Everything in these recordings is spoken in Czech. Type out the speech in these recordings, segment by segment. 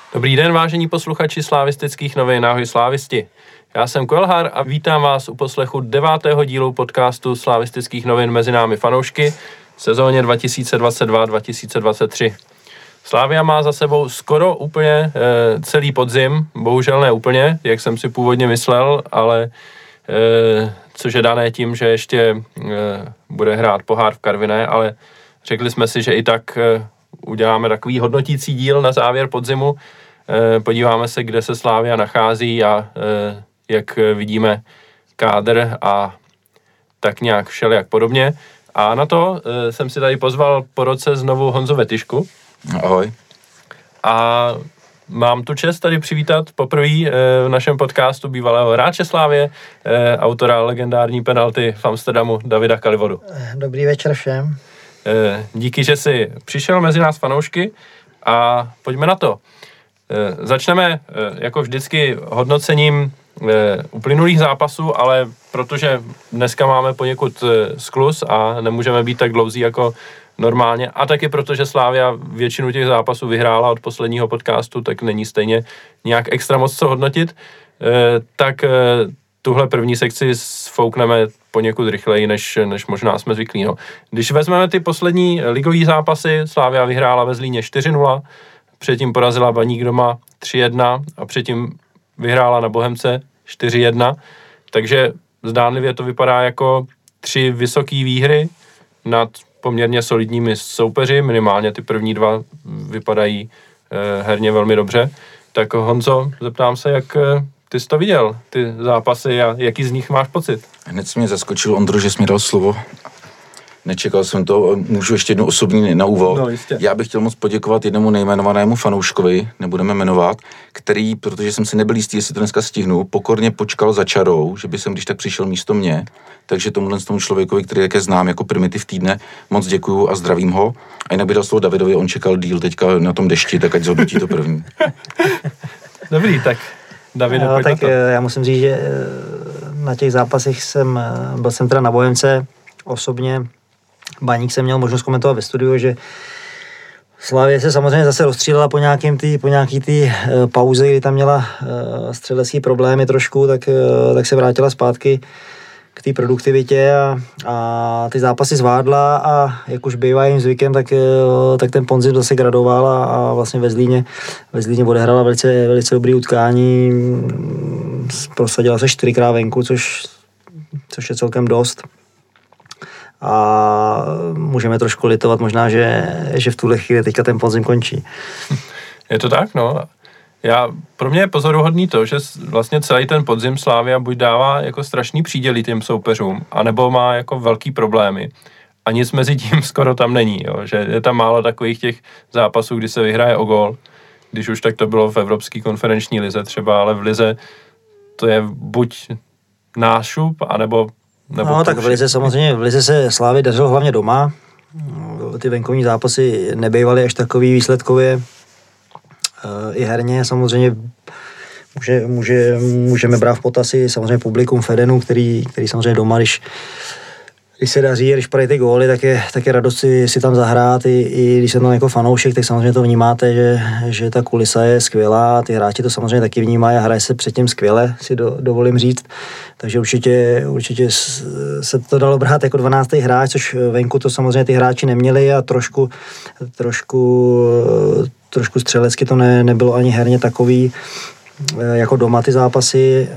Dobrý den, vážení posluchači Slavistických novin, ahoj Slavisti. Já jsem Kuelhar a vítám vás u poslechu 9. dílu podcastu Slavistických novin mezi námi fanoušky v sezóně 2022-2023. Slavia má za sebou skoro úplně celý podzim, bohužel ne úplně, jak jsem si původně myslel, ale což je dané tím, že ještě bude hrát pohár v Karviné, ale řekli jsme si, že i tak uděláme takový hodnotící díl na závěr podzimu. Podíváme se, kde se Slavia nachází a jak vidíme kádr a tak nějak všelijak podobně. A na to jsem si tady pozval po roce znovu Honzu Vetyšku. Ahoj. A mám tu čest tady přivítat poprvé v našem podcastu bývalého hráče Slavie, autora legendární penalty v Amsterdamu Davida Kalivodu. Dobrý večer všem. Díky, že jsi přišel mezi nás fanoušky a pojďme na to. Začneme jako vždycky hodnocením uplynulých zápasů, ale protože dneska máme poněkud skluz a nemůžeme být tak dlouzí jako normálně a taky protože Slavia většinu těch zápasů vyhrála od posledního podcastu, tak není stejně nějak extra moc co hodnotit, tak tuhle první sekci sfoukneme poněkud rychleji, než možná jsme zvyklí. No. Když vezmeme ty poslední ligové zápasy, Slavia vyhrála ve Zlíně 4-0, předtím porazila Baník doma 3-1 a předtím vyhrála na Bohemce 4-1, takže zdánlivě to vypadá jako 3 vysoké výhry nad poměrně solidními soupeři, minimálně ty první 2 vypadají herně velmi dobře. Tak Honzo, zeptám se, jak ty jsi to viděl, ty zápasy a jaký z nich máš pocit? Hned se mě zaskočil Ondro, že jsi mi dal slovo. Nečekal jsem to, můžu ještě jednu osobní na úvod. No, jistě. Já bych chtěl moc poděkovat jednomu nejmenovanému fanouškovi, nebudeme jmenovat, který, protože jsem si nebyl jistý, jestli to dneska stihnu, pokorně počkal za čarou, že by jsem když tak přišel místo mě. Takže tomu člověkovi, který také znám jako primitiv týdne, moc děkuju a zdravím ho. A jinak bych dal slovo Davidovi, on čekal díl teďka na tom dešti, tak ať zhodnotí to první. Dobrý, tak Davide, pojď tak na to. Já musím říct, že na těch zápasech byl jsem teda na Bohemce osobně. Baník jsem měl možnost komentovat ve studiu, že Slavie se samozřejmě zase rozstřílela po nějaký ty pauze, kdy tam měla střelecký problémy trošku, tak se vrátila zpátky k té produktivitě a ty zápasy zvládla a jak už bývá jim zvykem, tak ten podzim zase gradoval a vlastně ve Zlíně odehrála velice, velice dobrý utkání, prosadila se 4krát venku, což je celkem dost. A můžeme trošku litovat možná, že v tuhle chvíli teďka ten podzim končí. Je to tak, no. Pro mě je pozoruhodný to, že vlastně celý ten podzim Slavia buď dává jako strašný příděly těm soupeřům, anebo má jako velký problémy. A nic mezi tím skoro tam není, jo. Že je tam málo takových těch zápasů, kdy se vyhraje o gól. Když už tak to bylo v Evropské konferenční lize třeba, ale v lize to je buď nášup, anebo no tak v lize se Slavii dařilo hlavně doma. Ty venkovní zápasy nebývaly až takový výsledkově. I herně samozřejmě můžeme brát v potaz samozřejmě publikum Fedenu, který samozřejmě doma, když se daří, když padají ty góly, tak je radost si tam zahrát. I když jsem tam jako fanoušek, tak samozřejmě to vnímáte, že ta kulisa je skvělá. Ty hráči to samozřejmě taky vnímají a hraje se předtím skvěle, si dovolím říct. Takže určitě se to dalo brát jako 12. hráč, což venku to samozřejmě ty hráči neměli a trošku střelecky to nebylo ani herně takový jako doma ty zápasy.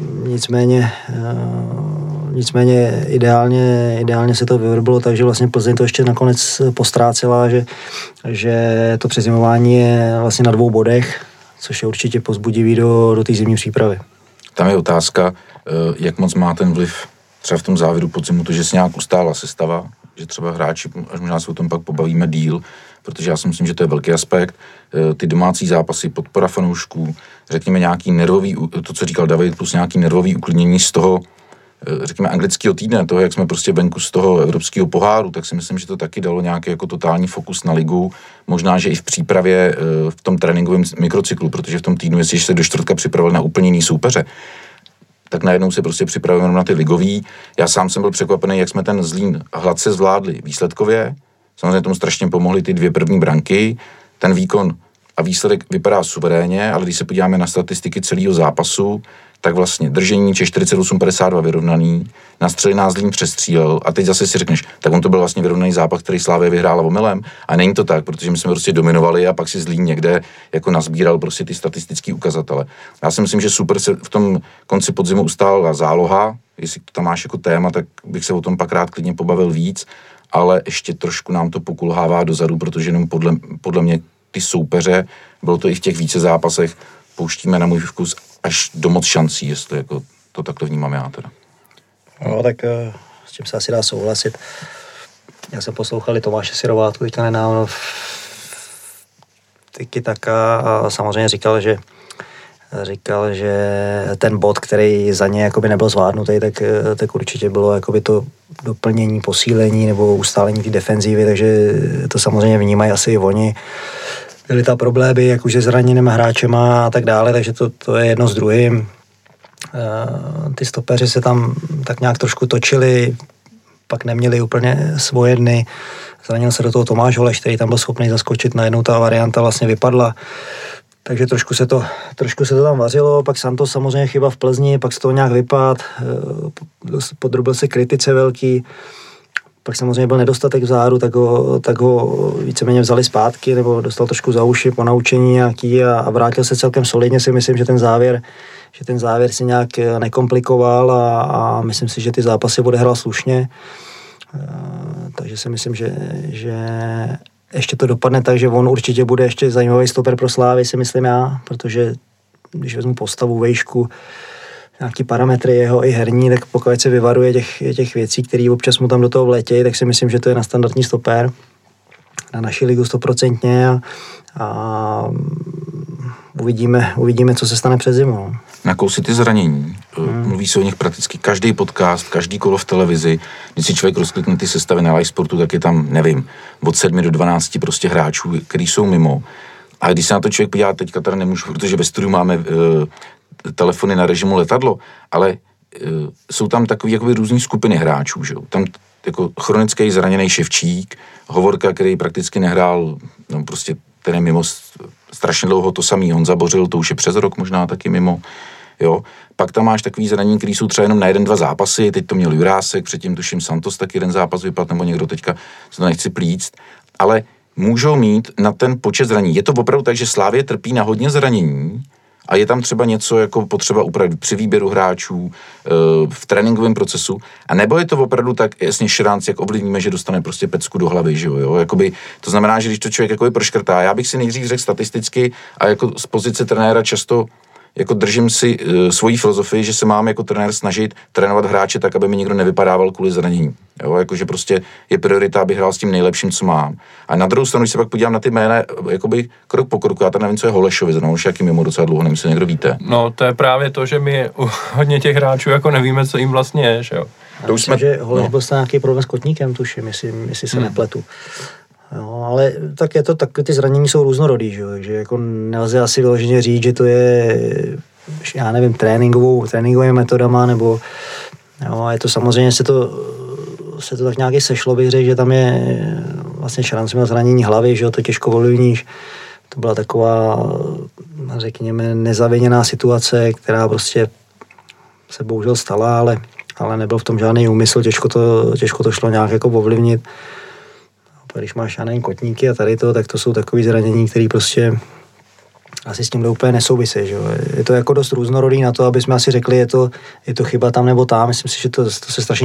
Nicméně ideálně se to vyvrbilo, takže vlastně Plzeň to ještě nakonec postrácela, že to přezimování je vlastně na 2 bodech, což je určitě povzbudivý do té zimní přípravy. Tam je otázka, jak moc má ten vliv třeba v tom závěru podzimu, to, že se nějak ustála sestava, že třeba hráči, až možná se o tom pak pobavíme díl, protože já si myslím, že to je velký aspekt, ty domácí zápasy, podpora fanoušků, řekněme nějaký nervový, to, co říkal David, plus nějaký nervový uklidnění z toho, řekněme, anglického týdne, toho, jak jsme prostě venku z toho evropského poháru, tak si myslím, že to taky dalo nějaký jako totální fokus na ligu, možná, že i v přípravě v tom tréninkovém mikrocyklu, protože v tom týdnu, jestliže se do čtvrtka připravil na úplně jiný soupeře, tak najednou se prostě připravujeme na ty ligový. Já sám jsem byl překvapený, jak jsme ten Zlín hladce zvládli výsledkově. Samozřejmě tomu strašně pomohly ty 2 první branky, ten výkon a výsledek vypadá suverénně, ale když se podíváme na statistiky celého zápasu, tak vlastně držení 48-52 vyrovnaný, nastřelená Zlín přestřílel a teď zase si řekneš, tak on to byl vlastně vyrovnaný zápas, který Slavia vyhrála omylem a není to tak, protože my jsme prostě dominovali a pak si Zlín někde jako nazbíral prostě ty statistické ukazatele. Já si myslím, že super se v tom konci podzimu ustála záloha, jestli to tam máš jako téma, tak bych se o tom pak rád klidně pobavil víc, ale ještě trošku nám to pokulhává dozadu, protože jenom podle mě ty soupeře, bylo to i v těch více zápasech, pouštíme na můj vkus až do moc šancí, jestli jako to takto vnímám já teda. No, tak s tím se asi dá souhlasit. Já jsem poslouchal i Tomáše Sirovátku teďka nedávno Tiki Taka a samozřejmě říkal, že ten bod, který za ně jakoby nebyl zvládnutý, tak určitě bylo jakoby to doplnění, posílení nebo ustálení té defenzívy, takže to samozřejmě vnímají asi i oni. Byly ta problémy, jak už se zraněnými hráčema a tak dále, takže to je jedno s druhým. Ty stopeři se tam tak nějak trošku točili, pak neměli úplně svoje dny. Zranil se do toho Tomáš Holeš, který tam byl schopný zaskočit, najednou ta varianta vlastně vypadla. Takže trošku se to tam vařilo, pak Santos samozřejmě chyba v Plzni, pak z toho nějak vypad, podrobil se kritice velký, pak samozřejmě byl nedostatek záru, tak ho víceméně vzali zpátky, nebo dostal trošku za uši po naučení nějaký a vrátil se celkem solidně, si myslím, že ten závěr si nějak nekomplikoval a myslím si, že ty zápasy odehrál slušně. Takže si myslím, že ještě to dopadne tak, že on určitě bude ještě zajímavý stoper pro Slávy, si myslím já, protože když vezmu postavu, vejšku, nějaký parametry jeho i herní, tak pokud se vyvaruje těch věcí, které občas mu tam do toho vletějí, tak si myslím, že to je na standardní stoper na naší ligu 100% a uvidíme, co se stane před zimou. Na kousy ty zranění. Mluví se o nich prakticky každý podcast, každý kolo v televizi. Když si člověk rozklikne ty sestavy na live sportu, tak je tam, nevím, od 7 do 12 prostě hráčů, kteří jsou mimo. A když se na to člověk podívá, teďka tady nemůžu, protože ve studiu máme telefony na režimu letadlo, ale jsou tam takový jakoby různý skupiny hráčů, že jo. Tam jako chronický zraněný Ševčík, Hovorka, který prakticky nehrál, no prostě ten je mimo strašně dlouho, to samý Honza Bořil, to už je přes rok možná taky mimo, jo. Pak tam máš takový zranění, který jsou třeba jenom na 1-2 zápasy, teď to měl Jurásek, předtím tuším Santos, tak jeden zápas vypadl, nebo někdo teďka, se to nechci plíct, ale můžou mít na ten počet zranění. Je to opravdu tak, že Slavie trpí na hodně zranění a je tam třeba něco jako potřeba upravit při výběru hráčů, v tréninkovém procesu, a nebo je to opravdu tak jasně Šránc, jak ovlivníme, že dostane prostě pecku do hlavy, že jo, jakoby, to znamená, že když to člověk jakoby proškrtá, já bych si nejdřív řekl statisticky a jako z pozice trenéra často jako držím si svoji filozofii, že se mám jako trenér snažit trénovat hráče tak, aby mi nikdo nevypadával kvůli zranění. Jo, jakože prostě je priorita, abych hrál s tím nejlepším, co mám. A na druhou stranu, když se pak podívám na ty jména, jakoby krok po kroku, já tam nevím, co je Holešovi, zrovna už jaký mimo docela dlouho, nevím, jestli někdo víte. No, to je právě to, že my hodně těch hráčů jako nevíme, co jim vlastně je, že jo. To už myslím, že Holeš byl nějaký problém s kotníkem, tuším, jestli se nepletu. Jo, ale tak je to, tak ty zranění jsou různorodý, že jo, takže jako nelze asi vyloženě říct, že to je, já nevím, tréninkovými metodama, nebo jo, je to samozřejmě, se to tak nějaký sešlo, bych řekl, že tam je vlastně Šranc měl zranění hlavy, že jo, to těžko ovlivníš. To byla taková, řekněme, nezaviněná situace, která prostě se bohužel stala, ale nebyl v tom žádný úmysl, těžko to šlo nějak jako ovlivnit. Když máš, já nevím, kotníky a tady to, tak to jsou takový zranění, které prostě asi s tím úplně nesouvisí, že jo. Je to jako dost různorodý na to, aby jsme asi řekli, je to chyba tam nebo tam. Myslím si, že to se strašně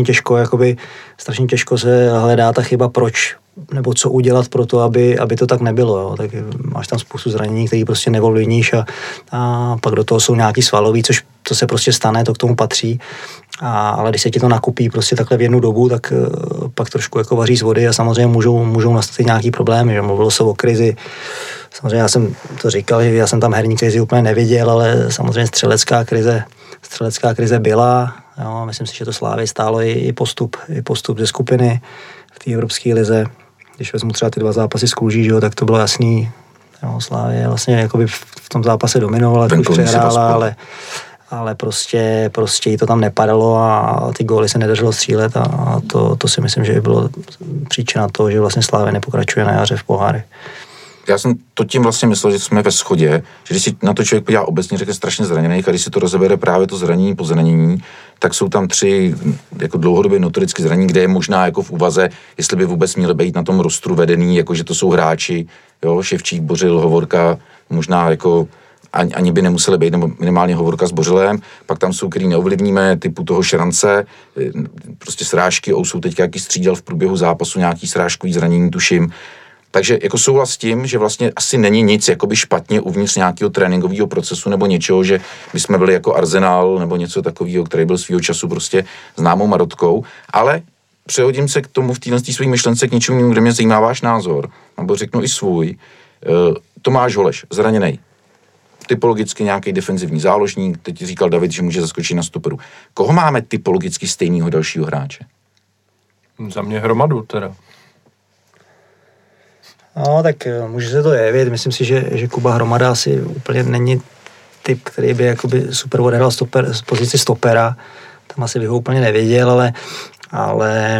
těžko se hledá ta chyba, proč nebo co udělat pro to, aby to tak nebylo, jo. Tak máš tam spoustu zranění, které prostě neovlivníš a pak do toho jsou nějaký svalový, což to se prostě stane, to k tomu patří. Ale když se ti to nakupí prostě takhle v jednu dobu, tak pak trošku jako vaří z vody a samozřejmě můžou nastat nějaký problémy, že mluvilo se o krizi. Samozřejmě já jsem to říkal, že já jsem tam herní krizi úplně neviděl, ale samozřejmě střelecká krize byla. Jo, myslím si, že to Slávy stálo i postup ze skupiny v té evropské lize. Když vezmu třeba ty 2 zápasy s Kluží, že jo, tak to bylo jasný. Jo, Slávě vlastně jakoby v tom zápase dominovala, už přehrála, ale prostě jí to tam nepadalo a ty góly se nedařilo střílet a to si myslím, že bylo příčina toho, že vlastně Slávě nepokračuje na jaře v pohárech. já jsem to tím vlastně myslel, že jsme ve shodě, že když si na to člověk podívá obecně, řekne strašně zraněných, a když si to rozebere právě to zranění po zranění, tak jsou tam 3 jako dlouhodobě notoricky zranění, kde je možná jako v úvaze, jestli by vůbec měli být na tom rostru vedený, jako že to jsou hráči, jo, Ševčík, Bořil, Hovorka, možná jako ani by nemuseli být, nebo minimálně Hovorka s Bořilem, pak tam jsou, který neovlivníme, typu toho Šrance, prostě srážky, jsou teďka jaký střídal v průběhu zápasu, nějaký srážkový zranění, tuším. Takže jako souhlas s tím, že vlastně asi není nic jakoby špatně uvnitř nějakého tréninkového procesu nebo něčeho, že my jsme byli jako Arsenal nebo něco takového, který byl svýho času prostě známou marotkou, ale přehodím se k tomu v téhle své myšlence k něčemu, kde mě zajímá váš názor, nebo řeknu i svůj. Tomáš Holeš, zraněnej. Typologicky nějaký defenzivní záložník, teď říkal David, že může zaskočit na stoperu. Koho máme typologicky stejného dalšího hráče? Za mě Hromadu teda. No, tak může se to jevit. Myslím si, že Kuba Hromada asi úplně není typ, který by jakoby super odehrál z pozici stopera. Tam asi bych ho úplně nevěděl, ale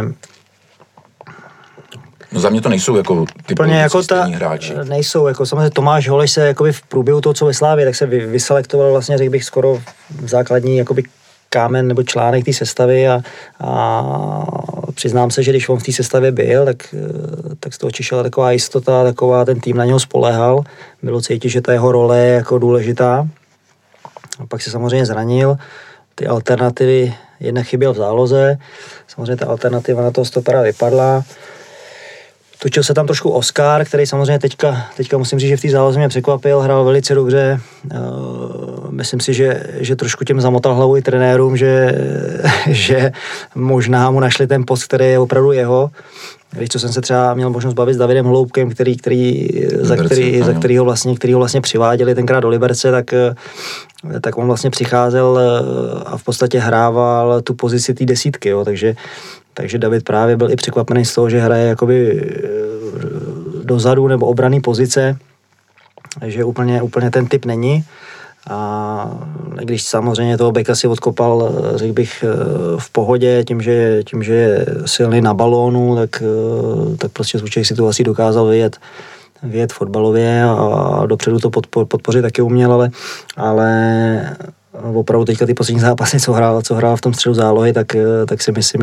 no za mě to nejsou jako úplně jako stejní hráči. Nejsou, jako samozřejmě Tomáš Holeš se jakoby v průběhu toho, co ve Slávě, tak se vyselektoval vlastně, řekl bych, skoro základní jakoby kámen nebo článek té sestavy a přiznám se, že když on v té sestavě byl, tak z toho čišela taková jistota, taková, ten tým na něho spoléhal. Bylo cítit, že ta jeho role je jako důležitá. A pak se samozřejmě zranil. Ty alternativy, jedna chyběl v záloze, samozřejmě ta alternativa na toho stopera vypadla. Točil se tam trošku Oskar, který samozřejmě teďka musím říct, že v té záloze mě překvapil, hrál velice dobře. Myslím si, že trošku těm zamotal hlavu i trenérům, že možná mu našli ten post, který je opravdu jeho. Když co jsem se třeba měl možnost bavit s Davidem Hloubkem, za kterýho vlastně přiváděli tenkrát do Liberce, tak on vlastně přicházel a v podstatě hrával tu pozici té desítky, jo, takže David právě byl i překvapený z toho, že hraje jakoby dozadu nebo obranný pozice, že úplně ten typ není. A když samozřejmě toho beka si odkopal, řekl bych, v pohodě, tím, že je silný na balónu, tak prostě z určitých situací dokázal vyjet fotbalově a dopředu to podpořit taky uměl, ale opravdu teďka ty poslední zápasy, co hrál v tom středu zálohy, tak si myslím,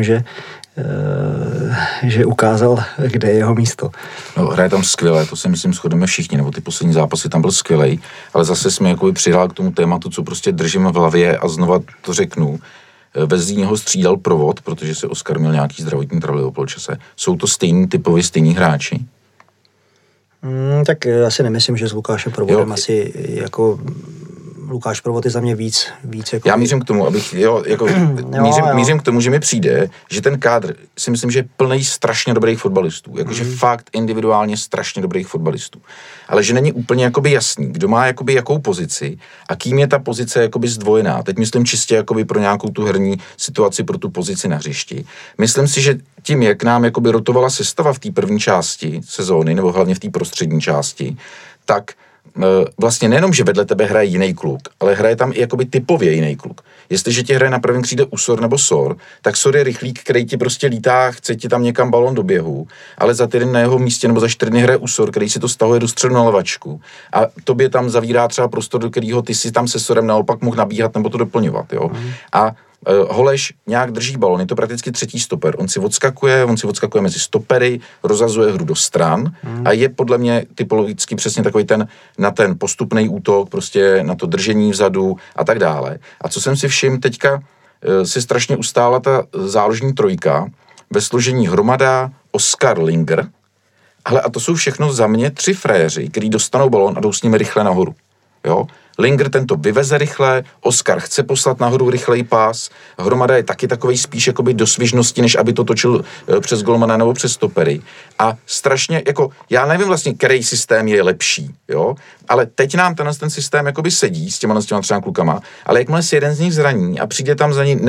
že ukázal, kde je jeho místo. No, hraje tam skvěle, to si myslím shodneme všichni, nebo ty poslední zápasy tam byl skvělej, ale zase jsme jakoby přidal k tomu tématu, co prostě držím v hlavě a znova to řeknu. Ve Zlíně ho střídal Provod, protože se Oskar měl nějaký zdravotní trably o poločase. Jsou to stejní hráči? Tak já si nemyslím, že s Lukášem Provodem asi jako Lukáš Provod je za mě víc jako... Já mířím k tomu, mířím k tomu, že mi přijde, že ten kádr si myslím, že je plný strašně dobrých fotbalistů. Jakože fakt individuálně strašně dobrých fotbalistů. Ale že není úplně jakoby jasný, kdo má jakoby jakou pozici a kým je ta pozice jakoby zdvojená. Teď myslím čistě jakoby pro nějakou tu herní situaci, pro tu pozici na hřišti. Myslím si, že tím, jak nám jakoby rotovala sestava v té první části sezóny, nebo hlavně v té prostřední části, tak vlastně nejenom, že vedle tebe hraje jiný kluk, ale hraje tam i jakoby typově jiný kluk. Jestliže ti hraje na prvním křídle Usor nebo Sor, tak Sor je rychlík, který ti prostě lítá, chce ti tam někam balon do běhu, ale za týden na jeho místě nebo za 4 dny hraje Usor, který si to stahuje do středu na levačku a tobě tam zavírá třeba prostor, do kterého ty si tam se Sorem naopak mohl nabíhat nebo to doplňovat, jo. A Holeš nějak drží balon, je to prakticky třetí stoper. On si odskakuje mezi stopery, rozazuje hru do stran a je podle mě typologicky přesně takový na ten postupný útok, prostě na to držení vzadu a tak dále. A co jsem si všiml, teďka si strašně ustála ta záložní trojka ve složení Hromada, Oskar, Linger. Ale a to jsou všechno za mě 3 frajeři, který dostanou balon a jdou s nimi rychle nahoru. Jo? Linger tento vyveze rychle, Oskar chce poslat nahoru rychlej pás, Hromada je taky takovej spíš jakoby do svižnosti, než aby to točil přes golmana nebo přes stopery. A strašně, jako, já nevím vlastně, který systém je lepší, jo, ale teď nám ten systém jakoby sedí s těma třeba klukama, ale jakmile si jeden z nich zraní a přijde tam za ní, nebo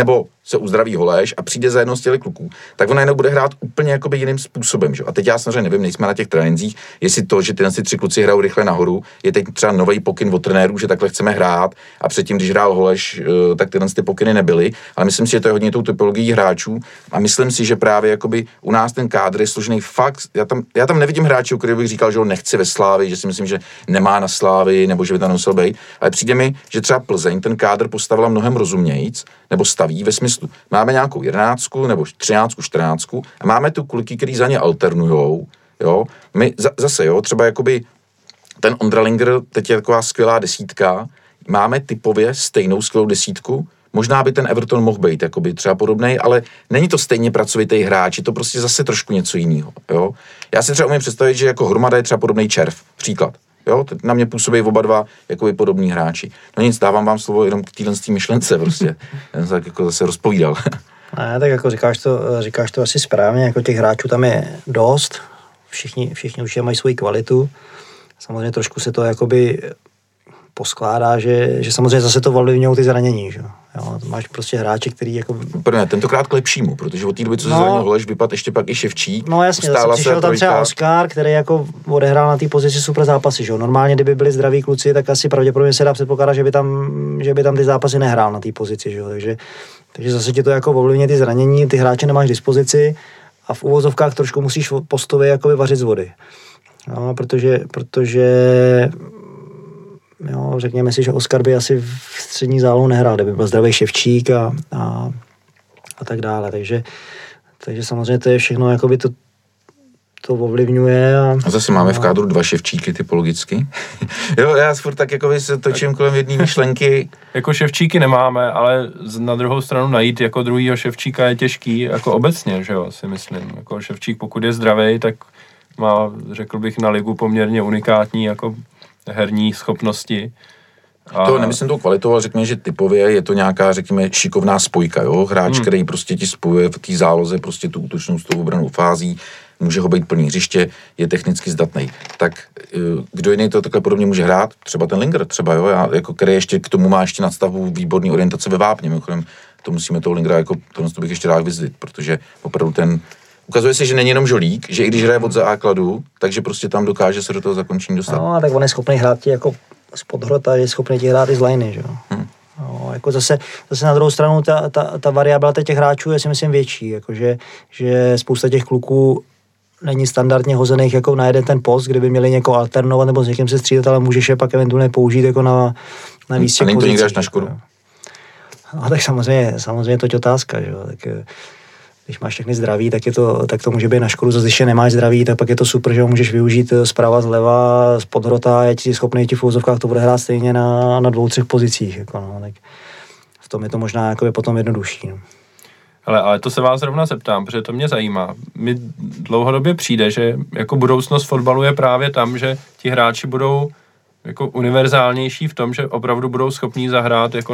se uzdraví Holeš a přijde za jedno z těch kluků, tak on najednou bude hrát úplně jakoby jiným způsobem. Že? A teď já samozřejmě nevím, nejsme na těch trénincích, jestli to, že ty 3 kluci hrajou rychle nahoru, je teď třeba nový pokyn od trenérů, že takhle chceme hrát a předtím, když hrál Holeš, tak tyhle ty pokyny nebyly, ale myslím si, že to je hodně tou typologií hráčů a myslím si, že právě jakoby u nás ten kádr je složený fakt, já tam nevidím hráčů, který bych říkal, že ho nechci ve Slávii, že si myslím, že nemá na Slávii nebo že by tam nemusel být, ale přijde mi, že třeba Plzeň ten kádr postavila mnohem rozumnějc, nebo staví ve smyslu, máme nějakou 11 nebo 13, 14 a máme tu kluky, který za ně alternujou, jo. My zase, jo, třeba jakoby ten Ondra Linger, teď je taková skvělá 10, máme typově stejnou skvělou 10, možná by ten Everton mohl být jakoby třeba podobnej, ale není to stejně pracovitý hráč, je to prostě zase trošku něco jiného, jo. Já si třeba umím představit, že jako Hromada je třeba podobný Červ, příklad. Jo, na mě působí oba dva jakoby podobní hráči. No nic, dávám vám slovo jenom k téhle myšlence prostě. Já jsem tak jako zase rozpovídal. Ne, tak jako říkáš to asi správně, jako těch hráčů tam je dost, všichni určitě mají svoji kvalitu. Samozřejmě trošku se to jakoby poskládá, že samozřejmě zase to ovlivňují ty zranění, že jo. Máš prostě hráče, který jako... Prvně, tentokrát k lepšímu, protože od té doby, co se zranil Holeš, vypadl ještě pak i Ševčík. No jasně, zase přišel tam třeba Oskar, který jako odehrál na té pozici super zápasy, že jo. Normálně, kdyby byli zdraví kluci, tak asi pravděpodobně se dá předpokládat, že by tam ty zápasy nehrál na té pozici, že jo. Takže zase ti to jako ovlivňuje ty zranění, ty hráče nemáš k dispozici a v uvozovkách trošku musíš postově jakoby vařit z vody. No, protože jo, řekněme si, že Oskar by asi v střední zálohu nehrál, kdyby byl zdravý Ševčík a tak dále. Takže samozřejmě to je všechno, jakoby to ovlivňuje. A zase máme v kádru 2 Ševčíky typologicky. Jo, já furt tak jakoby se točím kolem jedné myšlenky. Jako Ševčíky nemáme, ale na druhou stranu najít jako druhýho Ševčíka je těžký, jako obecně, že jo, si myslím. Jako Ševčík, pokud je zdravý, tak má, řekl bych, na ligu poměrně unikátní jako herní schopnosti. To nemyslím tou kvalitou, ale řekněme, že typově je to nějaká, řekněme, šikovná spojka, jo? Hráč, který prostě ti spojuje v té záloze prostě tu útočnou s tou obranou fází, může ho být plný hřiště, je technicky zdatný. Tak kdo jiný to takhle podobně může hrát? Třeba ten Linger, třeba, jo? Jako, který ještě k tomu má ještě nadstavbu výborný orientace ve vápně. Mimochodem, to musíme toho Lingera, jako to bych ještě rád vyzdvihnout, protože opravdu ukazuje se, že není jenom žolík, že i když hraje od základu, takže prostě tam dokáže se do toho zakončení dostat. No, tak on je schopný hrát ti jako spod hrota, je schopný ti hrát i z liney, že jo. No, jako zase na druhou stranu ta variabilita těch hráčů je si myslím větší, jakože, že spousta těch kluků není standardně hozených jako na jeden ten post, kde by měli někoho alternovat nebo s někým se střídat, ale můžeš je pak eventuálně použít jako na víc těch pozicích. A není to nikdy až na škodu? No, tak samozřejmě to je otázka, že jo. Tak když máš všechny zdraví, tak to může být na škodu, zase když je nemáš zdraví, tak pak je to super, že ho můžeš využít zprava, zleva, z podhrota, je ti schopný ti v úvozovkách to bude hrát stejně na 2-3 pozicích. Jako no, tak v tom je to možná jako potom jednodušší. No. Ale to se vás zrovna zeptám, protože to mě zajímá. Mi dlouhodobě přijde, že jako budoucnost fotbalu je právě tam, že ti hráči budou jako univerzálnější v tom, že opravdu budou schopní zahrát jako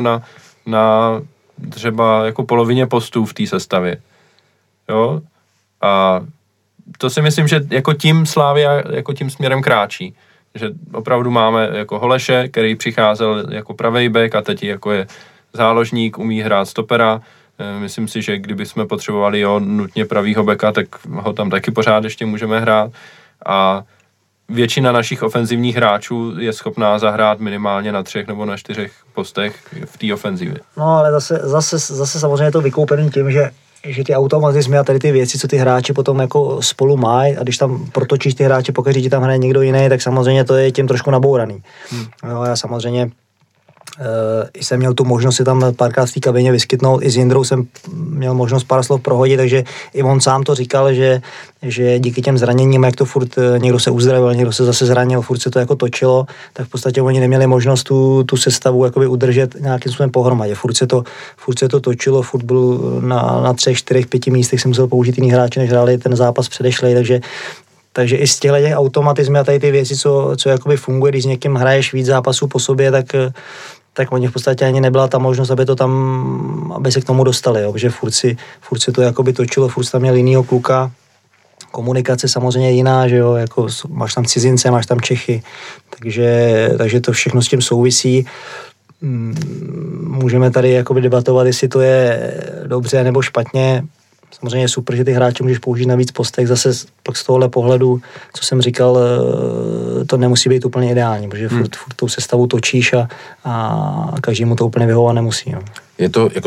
na třeba jako polovině postů v té sestavě. Jo? A to si myslím, že jako tím Slavia jako tím směrem kráčí. Že opravdu máme jako Holeše, který přicházel jako pravej back a teď jako je záložník, umí hrát stopera. Myslím si, že kdyby jsme potřebovali nutně pravýho backa, tak ho tam taky pořád ještě můžeme hrát. A většina našich ofenzivních hráčů je schopná zahrát minimálně na 3 nebo na 4 postech v té ofenzivě. No ale zase samozřejmě je to vykoupený tím, že ty automatizmy a tady ty věci, co ty hráči potom jako spolu mají a když tam protočíš ty hráče, pokud ti tam hraje někdo jiný, tak samozřejmě to je tím trošku nabouraný. Jo, já samozřejmě jsem měl tu možnost si tam párkrát v té kabině vyskytnout, i s Jindrou jsem měl možnost pár slov prohodit, takže i on sám to říkal, že díky těm zraněním, jak to furt někdo se uzdravil, někdo se zase zranil, furt se to jako točilo, tak v podstatě oni neměli možnost tu sestavu jakoby udržet nějakým způsobem pohromadě. Furt se to točilo, furt byl na 3, 4, 5 místech si musel použít jiný hráči, než hráli ten zápas předešlej, takže i z těchto automatizmy a tady ty věci, co jakoby funguje, když s někým hraješ víc zápasů po sobě, tak oni v podstatě ani nebyla ta možnost, aby se k tomu dostali, jo, protože furt se to jakoby točilo, furt tam měl jinýho kluka, komunikace samozřejmě jiná, že jo, jako máš tam cizince, máš tam Čechy, takže to všechno s tím souvisí. můžeme tady jakoby debatovat, jestli to je dobře nebo špatně. Samozřejmě je super, že ty hráče můžeš použít na víc postech. Zase pak z tohohle pohledu, co jsem říkal, to nemusí být úplně ideální, protože furt tou sestavu točíš a každému to úplně vyhovovat nemusí. Jo. Je to jako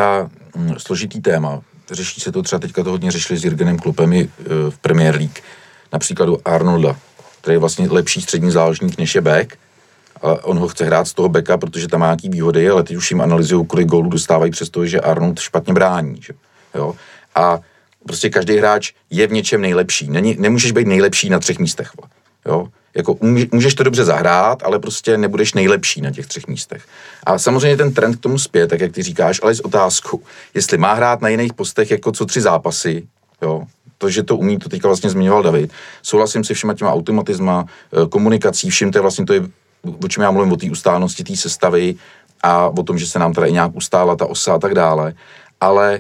složitý téma. Řeší se to třeba, teďka to hodně řešili s Jürgenem Kloppem i v Premier League. Například Arnolda, který je vlastně lepší střední záložník, než je back, ale on ho chce hrát z toho backa, protože tam má nějaký výhody, ale teď už jim analyzují, kolik gólů dostávají přes to, že Arnold špatně brání. Že? Jo? A prostě každý hráč je v něčem nejlepší. Nemůžeš být nejlepší na 3 místech. Jo? Jako můžeš to dobře zahrát, ale prostě nebudeš nejlepší na těch 3 místech. A samozřejmě ten trend k tomu zpět, tak jak ty říkáš, ale s otázkou, jestli má hrát na jiných postech jako co 3 zápasy, jo? To, že to umí, to teďka vlastně zmiňoval David. Souhlasím se všema těma automatisma, komunikací, všim to je vlastně to je, o čem já mluvím, o té ustálnosti té sestavy a o tom, že se nám teda i nějak ustála ta osa a tak dále. Ale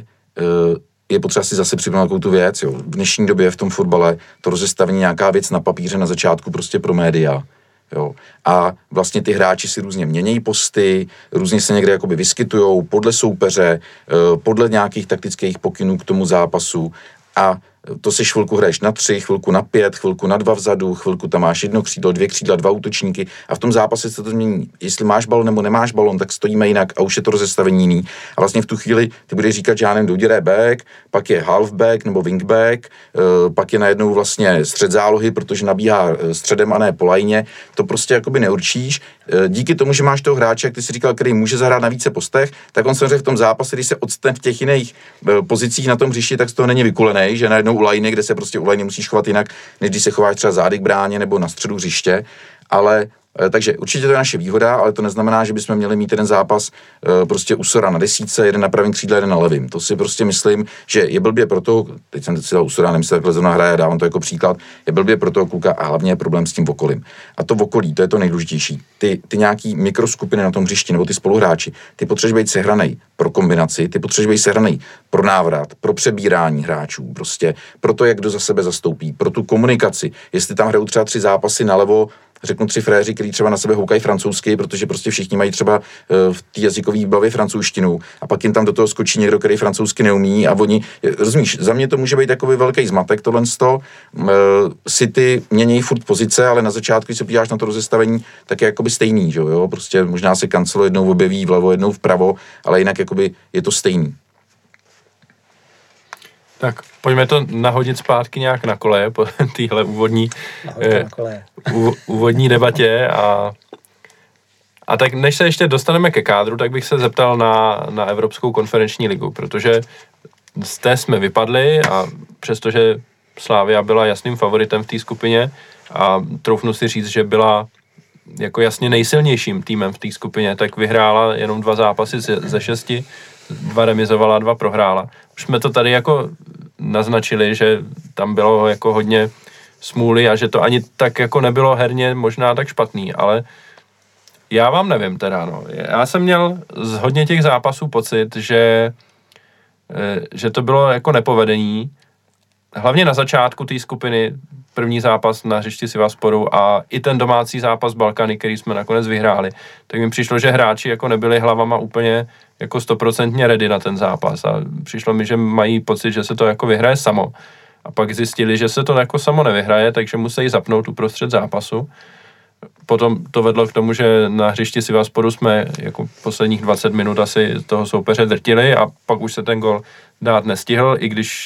je potřeba si zase připomenout takovou tu věc. Jo. V dnešní době v tom fotbale to rozestavení nějaká věc na papíře na začátku prostě pro média. Jo. A vlastně ty hráči si různě mění posty, různě se někde jakoby vyskytujou podle soupeře, podle nějakých taktických pokynů k tomu zápasu a to si chvilku hraješ na 3, chvilku na 5, chvilku na 2 vzadu, chvilku tam máš 1 křídlo, 2 křídla, 2 útočníky a v tom zápase se to změní. Jestli máš balon nebo nemáš balon, tak stojíme jinak a už je to rozestavení jiný. A vlastně v tu chvíli ty budeš říkat, že já nevím, Doudier back, pak je halfback nebo wingback, pak je najednou vlastně střed zálohy, protože nabíhá středem a ne po lajně. To prostě jakoby neurčíš. Díky tomu, že máš toho hráče, jak ty jsi říkal, který může zahrát na více postech, tak on samozřejmě v tom zápase, když se odstane v těch jiných pozicích na tom hřišti, tak z toho není vykulenej, že najednou u lajny, kde se prostě u lajny musíš chovat jinak, než když se chováš třeba zády k bráně nebo na středu hřiště, ale takže určitě to je naše výhoda, ale to neznamená, že bychom měli mít jeden zápas prostě Usora na 10, jeden na pravém křídle, jeden na levém. To si prostě myslím, že je blbě pro toho, teď jsem si dal Usora, nemyslím, takhle zrovna hraje, dávám to jako příklad, je blbě pro toho kluka a hlavně je problém s tím okolím. A to okolí, to je to nejdůležitější. Ty nějaký mikroskupiny na tom hřišti nebo ty spoluhráči, ty potřebuješ být sehranej pro kombinaci, ty potřebuješ být sehranej pro návrat, pro přebírání hráčů, prostě pro to, jak kdo za sebe zastoupí, pro tu komunikaci. Jestli tam hrajou třeba 3 zápasy nalevo, řeknu 3 fréři, kteří třeba na sebe houkají francouzsky, protože prostě všichni mají třeba v té jazykové výbavě francouzštinu a pak jim tam do toho skočí někdo, který francouzsky neumí a oni, rozumíš, za mě to může být takový velký zmatek tohle City mění furt pozice, ale na začátku, když se podíváš na to rozestavení, tak je jakoby stejný, že jo, prostě možná se Cancelo jednou objeví vlevo, jednou vpravo, ale jinak jakoby je to stejný. Tak pojďme to nahodit zpátky nějak na koleje po téhle úvodní debatě a tak než se ještě dostaneme ke kádru, tak bych se zeptal na Evropskou konferenční ligu, protože z té jsme vypadli a přestože Slavia byla jasným favoritem v té skupině a troufnu si říct, že byla jako jasně nejsilnějším týmem v té skupině, tak vyhrála jenom 2 zápasy ze 6, 2 remizovala, 2 prohrála. Už jsme to tady jako naznačili, že tam bylo jako hodně smůly a že to ani tak jako nebylo herně možná tak špatný, ale já vám nevím teda, no. Já jsem měl z hodně těch zápasů pocit, že to bylo jako nepovedení, hlavně na začátku té skupiny, první zápas na hřišti Sivassporu a i ten domácí zápas Balkany, který jsme nakonec vyhráli, tak mi přišlo, že hráči jako nebyli hlavama úplně jako 100% ready na ten zápas a přišlo mi, že mají pocit, že se to jako vyhraje samo. A pak zjistili, že se to jako samo nevyhraje, takže musí zapnout uprostřed zápasu. Potom to vedlo k tomu, že na hřišti Sivassporu jsme jako posledních 20 minut asi toho soupeře drtili a pak už se ten gol dát nestihl,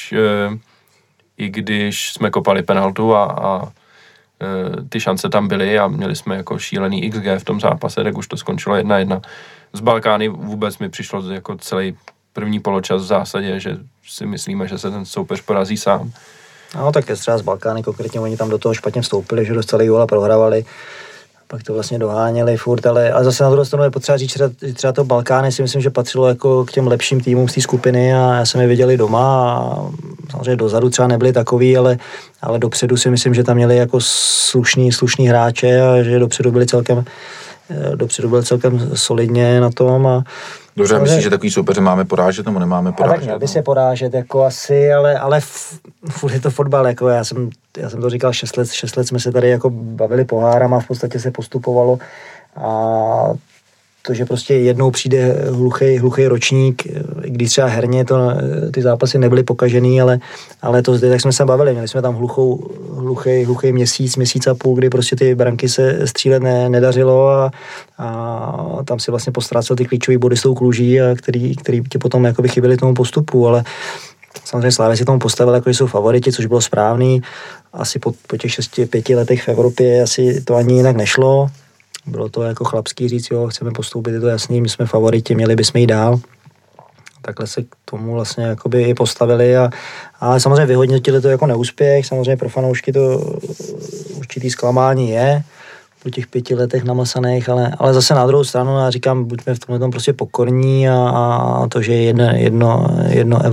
i když jsme kopali penaltu a ty šance tam byly a měli jsme jako šílený XG v tom zápase, tak už to skončilo 1-1. Z Balkány vůbec mi přišlo jako celý první poločas v zásadě, že si myslíme, že se ten soupeř porazí sám. No tak je třeba z Balkány, konkrétně oni tam do toho špatně vstoupili, že dostali gól a prohrávali. Pak to vlastně doháněli furt, ale zase na druhou stranu je potřeba říct, že třeba to Balkány si myslím, že patřilo jako k těm lepším týmům z té skupiny a já jsem je viděli doma a samozřejmě dozadu třeba nebyli takový, ale dopředu si myslím, že tam měli jako slušný hráče a že dopředu byli celkem solidně na tom a dobře, myslíš, že takový soupeře máme porážet nebo nemáme porážet? Tak měl by se porážet jako asi, ale furt je to fotbal, jako já jsem to říkal 6 let jsme se tady jako bavili pohárama, v podstatě se postupovalo a to, že prostě jednou přijde hluchý ročník, když třeba herně ty zápasy nebyly pokažený, ale to zde, tak jsme se bavili, měli jsme tam hluchý měsíc a půl, kdy prostě ty branky se střílet nedařilo a tam si vlastně postrácel ty klíčové body s tou Kluží, a který ti potom jakoby chyběly tomu postupu, ale samozřejmě Slavia si tomu postavil, jako že jsou favoriti, což bylo správný. Asi po těch 6-5 letech v Evropě asi to ani jinak nešlo. Bylo to jako chlapský říct, jo, chceme postoupit, je to jasný, my jsme favoriti, měli bychom jít dál. Takhle se k tomu vlastně jakoby i postavili, ale samozřejmě vyhodnotili to jako neúspěch, samozřejmě pro fanoušky to určitý zklamání je po těch 5 letech namlsaných, ale zase na druhou stranu já říkám, buďme v tomhle tom prostě pokorní a to, že jedna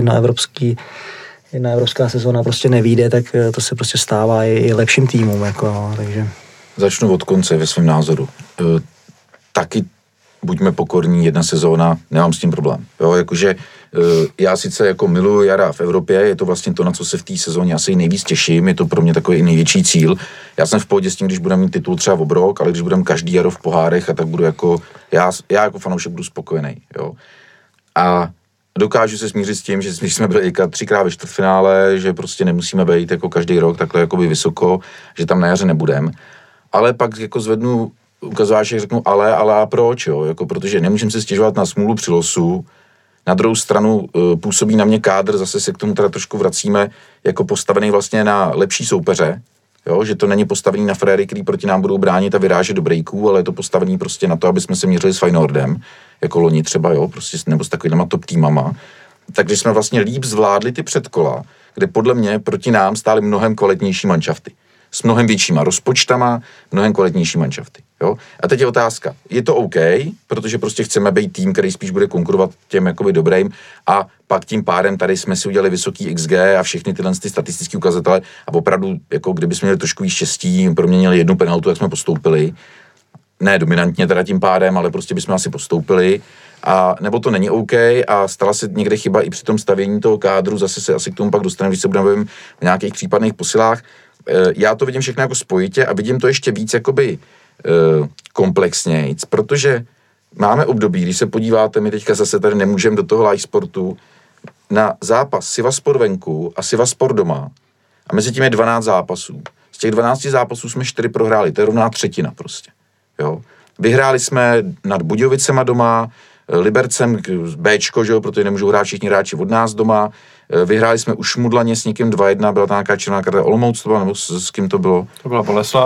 evropská sezóna prostě nevyjde, tak to se prostě stává i lepším týmům, jako, takže... Začnu od konce ve svém názoru. Taky buďme pokorní, jedna sezóna, nemám s tím problém. Jo, jakože já sice jako miluju jara v Evropě, je to vlastně to, na co se v té sezóně asi nejvíc těším, je to pro mě takový největší cíl. Já jsem v pohodě s tím, když budeme mít titul třeba v obrok, ale když budeme každý jaro v pohárech, a tak budu jako, já jako fanoušek budu spokojený. Jo. A dokážu se smířit s tím, že když jsme byli 3krát ve čtvrtfinále, že prostě nemusíme být jako každý rok takhle jakoby vysoko, že tam na jaře nebudeme. Ale pak jako zvednu ukazováček, řeknu ale a proč, jo, jako protože nemůžeme se stěžovat na smůlu při losu. Na druhou stranu působí na mě kádr, zase se k tomu teda trošku vracíme, jako postavený vlastně na lepší soupeře, jo, že to není postavený na fréry, který proti nám budou bránit a vyrážet do breaků, ale je to postavený prostě na to, aby jsme se měřili s Feyenoordem, jako loni třeba, jo, prostě nebo s takovýma top týmama. Takže jsme vlastně líp zvládli ty předkola, kde podle mě proti nám stály mnohem kvalitnější manšafty. S mnohem většíma rozpočtama, mnohem kvalitnější manšafty. Jo? A teď je otázka, je to OK, protože prostě chceme být tým, který spíš bude konkurovat těm jakoby dobrým, a pak tím pádem tady jsme si udělali vysoký XG a všechny tyhle ty statistické ukazatele a opravdu, jako kdyby jsme měli trošku víc štěstí, proměnili jednu penaltu, jak jsme postoupili, ne dominantně teda tím pádem, ale prostě bychom asi postoupili, a nebo to není OK a stala se někde chyba i při tom stavění toho kádru, zase se asi k tomu pak dostaneme, když se budeme bavit o nějakých případných posilách. Já to vidím všechno jako spojitě a vidím to ještě víc jakoby komplexnějc, protože máme období, když se podíváte, my teďka zase tady nemůžeme do toho live sportu, na zápas Sivaspor venku a Sivaspor doma a mezi tím je 12 zápasů. Z těch 12 zápasů jsme 4 prohráli, to je rovná třetina prostě. Jo. Vyhráli jsme nad Budějovicema doma, Libercem Bčko, že jo, protože nemůžou hrát všichni hráči od nás doma. Vyhráli jsme u Šmudlaně s někým 2-1, byla tam nějaká červená karta Olomouc, nebo s kým to bylo? To byla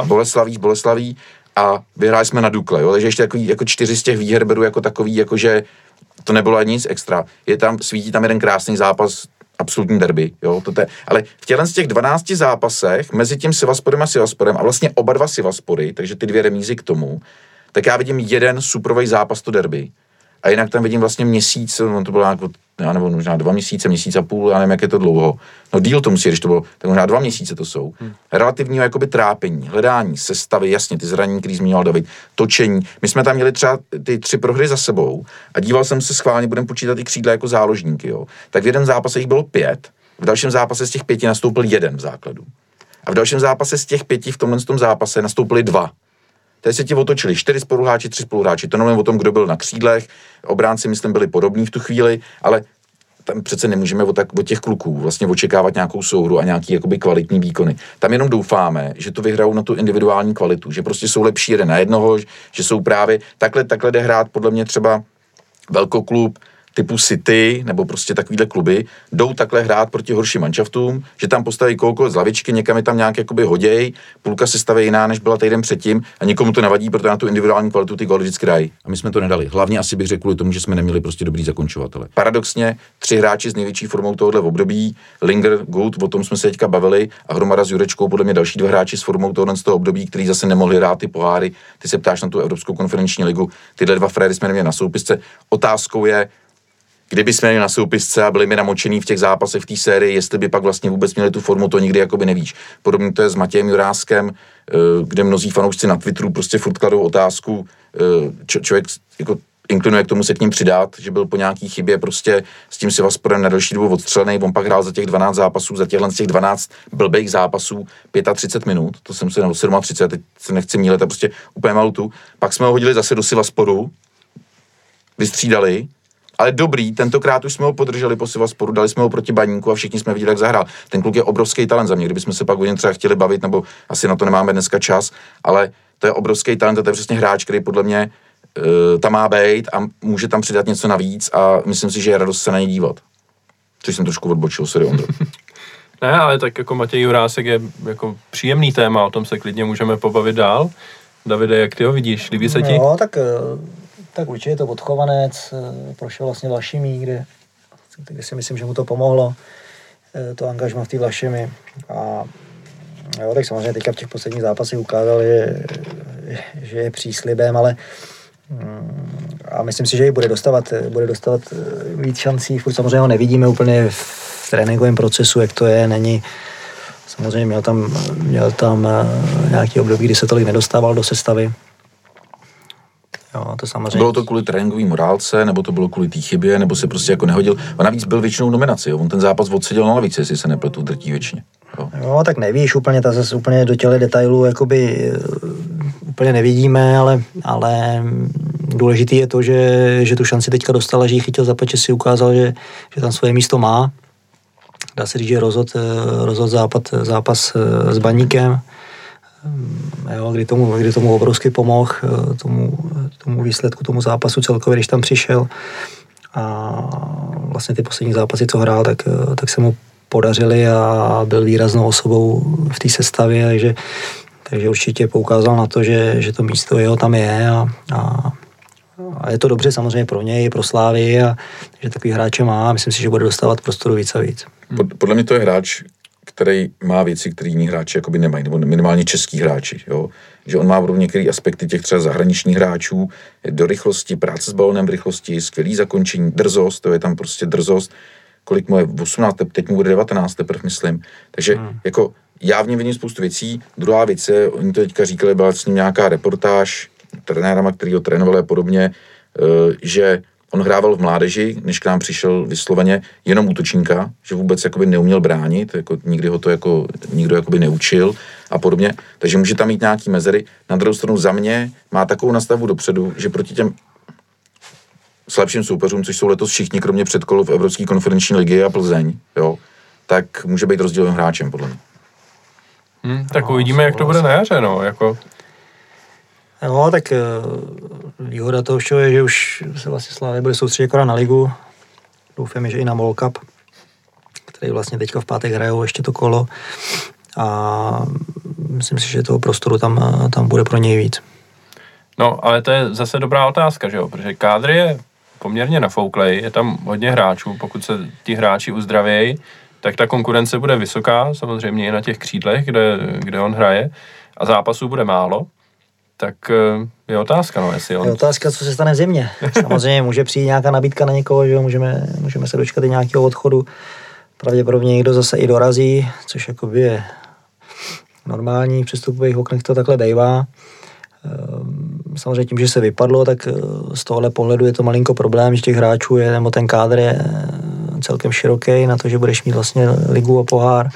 Boleslaví a vyhráli jsme na Dukle, jo, takže ještě takový, jako 4 z těch výher beru jako takový, jakože to nebylo ani nic extra. Svítí tam jeden krásný zápas, absolutní derby, jo, ale v těch 12 zápasech mezi tím Sivasporem a vlastně oba dva Sivaspory, takže ty 2 remízy k tomu, tak já vidím jeden superový zápas, to derby. A jinak tam vidím vlastně měsíc, to bylo jako, já nebo možná 2 měsíce, měsíc a půl, já nevím, jak je to dlouho. No díl to musí, když to bylo, tak možná 2 měsíce to jsou. Relativního jakoby trápení, hledání, sestavy, jasně, ty zranění, který zmiňoval David, točení. My jsme tam měli třeba ty 3 prohry za sebou a díval jsem se schválně, budeme počítat i křídla jako záložníky, jo. Tak v jeden zápase jich bylo 5, v dalším zápase z těch 5 nastoupil 1 v základu. A v dalším zápase z těch 5 v tomhle zápase nastoupili 2. Tady se ti otočili 4 spoluhráči, 3 spoluhráči. To nemluvím o tom, kdo byl na křídlech. Obránci, myslím, byli podobní v tu chvíli, ale tam přece nemůžeme od těch kluků vlastně očekávat nějakou souhru a nějaký jakoby kvalitní výkony. Tam jenom doufáme, že to vyhrajou na tu individuální kvalitu, že prostě jsou lepší jeden na jednoho, že jsou právě takhle jde hrát podle mě třeba velkoklub typu City, nebo prostě takovýhle kluby, jdou takhle hrát proti horším manšaftům, že tam postaví koukol z lavičky, někam je tam nějak jakoby hoděj, půlka sestava jiná, než byla týden předtím a nikomu to nevadí, protože na tu individuální kvalitu ty góly vždycky dají. A my jsme to nedali. Hlavně asi bych řekl kvůli tomu, že jsme neměli prostě dobrý zakončovatele. Paradoxně 3 hráči s největší formou tohohle období, Linger, Good, o tom jsme se teďka bavili, a hromada s Jurečkou, podle mě další 2 hráči s formou tohohle z toho období, kteří zase nemohli hrát ty poháry. Ty se ptáš na tu Evropskou konferenční ligu. Tyhle 2 fréry jsme neměli na soupisce. Otázkou je, kdyby jsme měli na soupisce a byli mi namočený v těch zápasech v té sérii, jestli by pak vlastně vůbec měli tu formu, to nikdy jakoby nevíš. Podobně to je s Matějem Juráskem, kde mnozí fanoušci na Twitteru prostě furt kladou otázku, člověk jako inklinuje k tomu se k ním přidat, že byl po nějaký chybě prostě s tím Sivasporem na další dobu odstřelený, on pak hrál za těch 12 zápasů, za těchhle z těch 12 blbých zápasů 35 minut, to jsem se nebo 37, teď se nechci mílet, a prostě úplně malutu. Pak jsme ho hodili zase do Sivasporu vystřídali, ale dobrý, tentokrát už jsme ho podrželi po Sivasporu, dali jsme ho proti Baníku a všichni jsme viděli, jak zahrál. Ten kluk je obrovský talent za mě, kdybychom se pak o něm třeba chtěli bavit, nebo asi na to nemáme dneska čas, ale to je obrovský talent, to je přesně hráč, který podle mě tam má být a může tam přidat něco navíc a myslím si, že je radost se na něj dívat. Což jsem trošku odbočil, sorry Ondro. Ne, ale tak jako Matěj Jurásek je jako příjemný téma, o tom se klidně můžeme pobavit dál. Davide, jak ty ho vidíš? Líbí se ti? No, tak určitě je to odchovanec, prošel vlastně Vlašimi, kde si myslím, že mu to pomohlo, to angažma v té Vlašimi. A jo, tak samozřejmě teďka v těch posledních zápasech ukázal, že je příslibem, ale a myslím si, že ji bude dostávat víc šancí. Furt samozřejmě ho nevidíme úplně v tréninkovém procesu, jak to je, není. Samozřejmě měl tam nějaký období, kdy se tolik nedostával do sestavy. Jo, to samozřejmě. Bylo to kvůli tréninkový morálce, nebo to bylo kvůli té chybě, nebo se prostě jako nehodil. A navíc byl většinou nominaci, jo. On ten zápas odseděl na lavici, jestli se nepletu, drtí většině. Jo, tak nevíš úplně, ta zase úplně do těle detailů jakoby úplně nevidíme, ale důležitý je to, že tu šanci teďka dostal, že ji chytil za že si ukázal, že tam svoje místo má. Dá se říct, že rozhod zápas s Baníkem, jo, kdy tomu obrovsky pomohl, tomu výsledku, tomu zápasu celkově, když tam přišel. A vlastně ty poslední zápasy, co hrál, tak se mu podařili a byl výraznou osobou v té sestavě, takže určitě poukázal na to, že to místo jeho tam je a je to dobře samozřejmě pro něj, pro Slávy a že takový hráče má a myslím si, že bude dostávat prostoru víc a víc. Podle mě to je hráč, který má věci, které jiní hráči jakoby nemají, nebo minimálně český hráči, jo? Že on má opravdu některé aspekty těch třeba zahraničních hráčů, do rychlosti, práce s balonem v rychlosti, skvělý zakončení, drzost, to je tam prostě drzost, kolik mu je 18, teď mu bude 19 teprve, myslím. Takže jako já v něm vidím spoustu věcí. Druhá věc je, oni to teďka říkali, byla s ním nějaká reportáž trenérama, který ho trénovali a podobně, že on hrával v mládeži, než k nám přišel vysloveně jenom útočníka, že vůbec jakoby neuměl bránit, jako nikdy ho to jako nikdo jakoby neučil a podobně. Takže může tam mít nějaký mezery. Na druhou stranu za mě má takovou nastavu dopředu, že proti těm slabším soupeřům, což jsou letos všichni, kromě předkolu v Evropské konferenční ligy a Plzeň, jo, tak může být rozdílovým hráčem, podle mě. Tak uvidíme, jak to bude na jaře, no, jako. No, tak výhoda toho všeho je, že už se vlastně Slávě bude soustředit akorát na ligu. Doufám, že i na MOL Cup, který vlastně teďka v pátek hrajou ještě to kolo. A myslím si, že toho prostoru tam bude pro něj víc. No, ale to je zase dobrá otázka, že jo, protože kádr je poměrně nafouklej, je tam hodně hráčů, pokud se ti hráči uzdravějí, tak ta konkurence bude vysoká, samozřejmě i na těch křídlech, kde on hraje, a zápasů bude málo, tak je otázka, no, jestli on... Je otázka, co se stane v zimě. Samozřejmě může přijít nějaká nabídka na někoho, že jo, můžeme se dočkat i nějakého odchodu, pravděpodobně někdo zase i dorazí, což jakoby je normální, v přestupových oknech to takhle bývá. Samozřejmě tím, že se vypadlo, tak z tohohle pohledu je to malinko problém, že těch hráčů je, nebo ten kádr je celkem široký na to, že budeš mít vlastně ligu a pohár.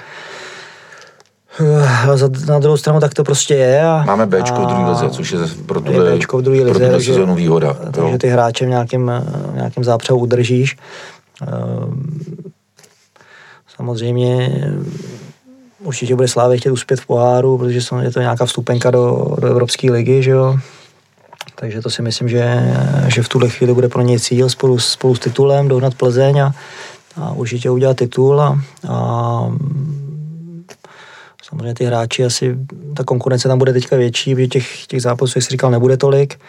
Na druhou stranu tak to prostě je. Máme Bčko v druhé lize, což je pro tuhle sezónu výhoda. Takže ty hráče v nějakém zápřehu udržíš. Samozřejmě určitě bude Slávě chtět uspět v poháru, protože je to nějaká vstupenka do Evropské ligy, že jo. Takže to si myslím, že v tuhle chvíli bude pro něj cíl spolu s titulem dohnat Plzeň a určitě udělat titul a samozřejmě ty hráči asi, ta konkurence tam bude teďka větší, protože těch zápasů, jak jsi říkal, nebude tolik.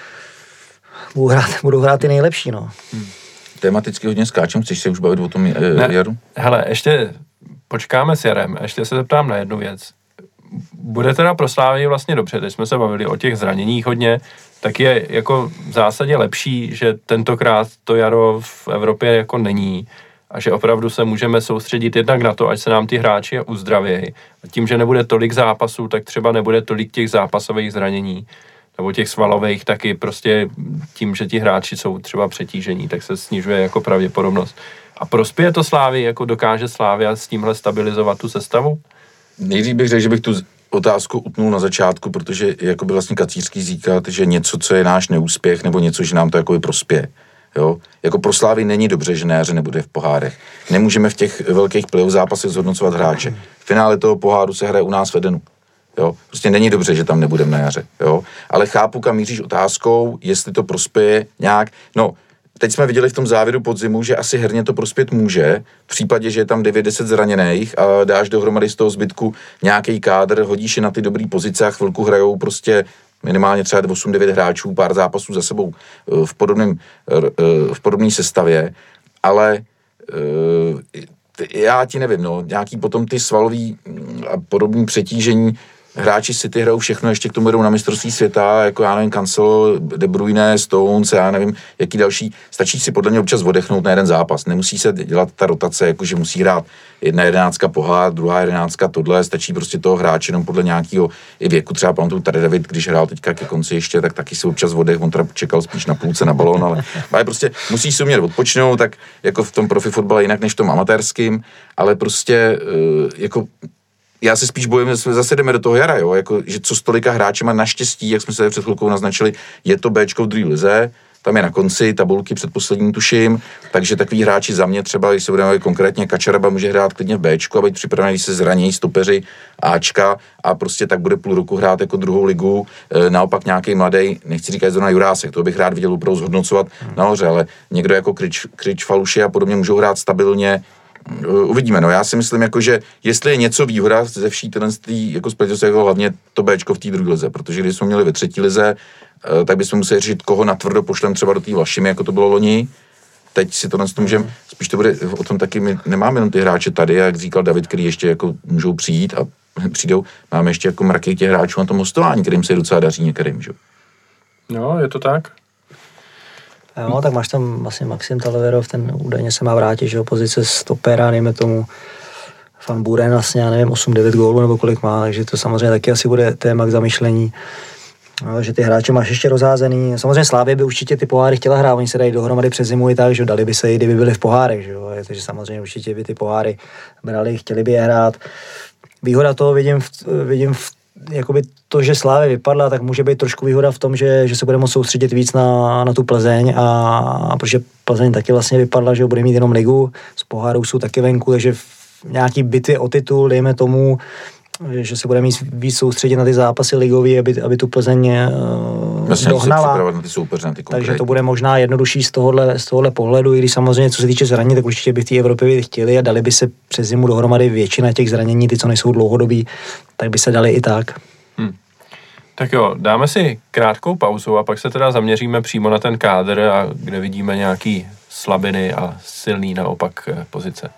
Budou hrát ty nejlepší, no. Tematicky hodně skáčem, chceš se už bavit o tom Jaru? Hele, ještě počkáme s Jarem, ještě se zeptám na jednu věc. Bude teda pro Slávii vlastně dobře, teď jsme se bavili o těch zraněních hodně, tak je jako v zásadě lepší, že tentokrát to jaro v Evropě jako není a že opravdu se můžeme soustředit jednak na to, ať se nám ty hráči uzdravějí. A tím, že nebude tolik zápasů, tak třeba nebude tolik těch zápasových zranění nebo těch svalových, taky prostě tím, že ti hráči jsou třeba přetížení, tak se snižuje jako pravděpodobnost. A prospěje to Slávii, jako dokáže Slávia s tímhle stabilizovat tu sestavu? Nejdřív bych řekl, že bych tu otázku utnul na začátku, protože jakoby vlastně kacířský říkat, že něco, co je náš neúspěch, nebo něco, že nám to jakoby prospěje. Jo? Jako pro Slávy není dobře, že na jaře nebude v pohárech. Nemůžeme v těch velkých playoff zápasech zhodnocovat hráče. V finále toho poháru se hraje u nás v Edenu. Jo? Prostě není dobře, že tam nebudeme na jaře. Jo? Ale chápu, kam míříš otázkou, jestli to prospěje nějak. No, teď jsme viděli v tom závěru podzimu, že asi herně to prospět může, v případě, že je tam 9-10 zraněných a dáš dohromady z toho zbytku nějaký kádr, hodíš je na ty dobrý pozice a chvilku hrajou prostě minimálně třeba 8-9 hráčů, pár zápasů za sebou v podobné sestavě, ale já ti nevím, no, nějaký potom ty svalový a podobný přetížení, hráči City hrajou všechno, ještě k tomu jdou na mistrovství světa, jako já nevím, Cancelo, De Bruyne, Stones, já nevím, jaký další. Stačí si podle mě občas odechnout na jeden zápas. Nemusí se dělat ta rotace, jakože musí hrát 1/11 pohár, 2/11 tohle, stačí prostě toho hráče jenom podle nějakého i věku. Třeba pamatuju tady David, když hrál teďka ke konci ještě, tak taky si občas odech, on teda čekal spíš na půlce na balón, ale prostě musíš si umět odpočnout, tak jako v tom profi fotbale jinak než v tom amatérským, ale prostě jako já se spíš bojím, že zase jdeme do toho jara, jo? Jako, že co s tolika hráčema naštěstí, jak jsme se před chvilkou naznačili, je to Bčko v druhé lize, tam je na konci tabulky předposlední tuším, takže takový hráči za mě třeba, když se budeme konkrétně Kačaraba může hrát klidně v Bčku a být připravený, když se zranějí stopeři Ačka a prostě tak bude půl roku hrát jako druhou ligu, naopak nějaký mladý, nechci říkat zrovna Jurásek, to bych rád viděl opravdu zhodnocovat nahoře, ale někdo jako Kryč, Faluši a podobně můžou hrát stabilně. Uvidíme, no já si myslím, jako, že jestli je něco výhoda ze vší tendenství jako společnosti, jako hlavně to Bčko v té druhé lize, protože když jsme měli ve třetí lize, tak bychom museli řešit, koho natvrdo pošlem třeba do té Vlašimi, jako to bylo loni. Teď si to můžeme, spíš to bude o tom taky, my nemáme jenom ty hráče tady, jak říkal David, který ještě jako můžou přijít a přijdou, máme ještě jako mraky těch hráčů na tom hostování, kterým se docela daří některým, že? No, je to tak. No, tak máš tam vlastně Maxim Talaverov, ten údajně se má vrátit, že pozice stopera, dejme tomu Van Buren vlastně, já nevím, 8-9 gólů nebo kolik má, takže to samozřejmě taky asi bude téma k zamyšlení. No, že ty hráče máš ještě rozházený. Samozřejmě Slávě by určitě ty poháry chtěla hrát, oni se dají dohromady přes zimu i tak, že dali by se i, kdyby byli v pohárech, že jo, takže samozřejmě určitě by ty poháry brali, chtěli by je hrát. Výhoda toho vidím v jakoby to, že Slávě vypadla, tak může být trošku výhoda v tom, že se bude moct soustředit víc na tu Plzeň a protože Plzeň taky vlastně vypadla, že bude mít jenom ligu, z pohárů jsou taky venku, takže nějaký bitvy o titul, dejme tomu, že se bude mít víc soustředit na ty zápasy ligový, aby tu Plzeň dohnala. Na ty soupeře, na ty takže to bude možná jednodušší z tohohle pohledu, i když samozřejmě, co se týče zranění, tak určitě by v té Evropě chtěli a dali by se přes zimu dohromady většina těch zranění, ty, co nejsou dlouhodobí, tak by se dali i tak. Tak jo, dáme si krátkou pauzu a pak se teda zaměříme přímo na ten kádr, a kde vidíme nějaký slabiny a silný naopak pozice.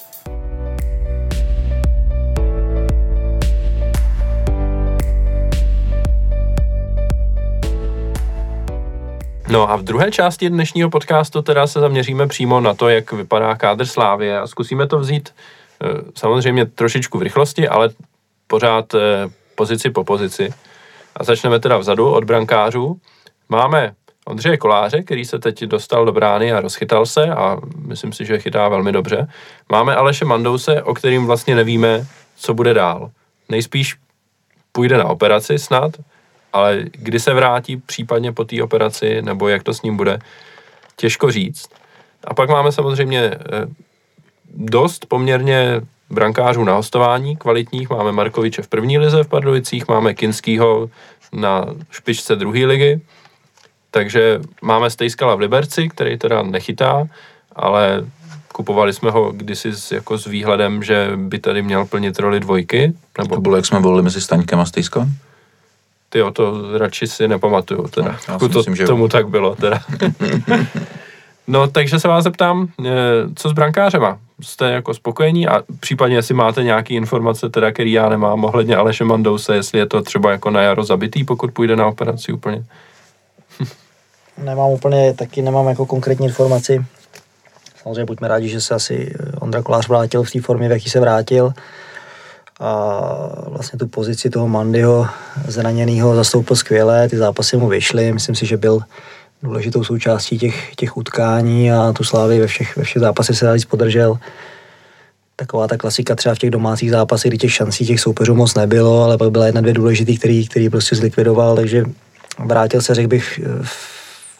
No a v druhé části dnešního podcastu teda se zaměříme přímo na to, jak vypadá kádr Slávie a zkusíme to vzít samozřejmě trošičku v rychlosti, ale pořád pozici po pozici. A začneme teda vzadu od brankářů. Máme Ondřeje Koláře, který se teď dostal do brány a rozchytal se a myslím si, že chytá velmi dobře. Máme Aleše Mandouse, o kterým vlastně nevíme, co bude dál. Nejspíš půjde na operaci snad, ale kdy se vrátí případně po té operaci, nebo jak to s ním bude, těžko říct. A pak máme samozřejmě dost poměrně brankářů na hostování, kvalitních. Máme Markoviče v první lize v Pardubicích, máme Kinskýho na špičce druhé ligy, takže máme Stejskala v Liberci, který teda nechytá, ale kupovali jsme ho kdysi jako s výhledem, že by tady měl plnit roli dvojky. Nebo... To bylo, jak jsme volili mezi Staňkem a Stejskalem? Tyjo, to radši si nepamatuju, teda. No, myslím, že tomu tak bylo, teda. No, takže se vás zeptám, co s brankářema? Jste jako spokojení a případně, jestli máte nějaké informace, teda, který já nemám, ohledně Aleše Mandouse, jestli je to třeba jako na jaro zabitý, pokud půjde na operaci úplně? Taky nemám jako konkrétní informaci. Samozřejmě buďme rádi, že se asi Ondra Kolář vrátil v té formě, v jaký se vrátil. A vlastně tu pozici toho Mandyho zraněného zastoupil skvěle, ty zápasy mu vyšly, myslím si, že byl důležitou součástí těch utkání a tu Slávy ve všech zápasech se víc podržel. taková ta klasika třeba v těch domácích zápasech, kdy těch šancí těch soupeřů moc nebylo, ale pak byla 1-2 důležitý, který prostě zlikvidoval, takže vrátil se, řekl bych, v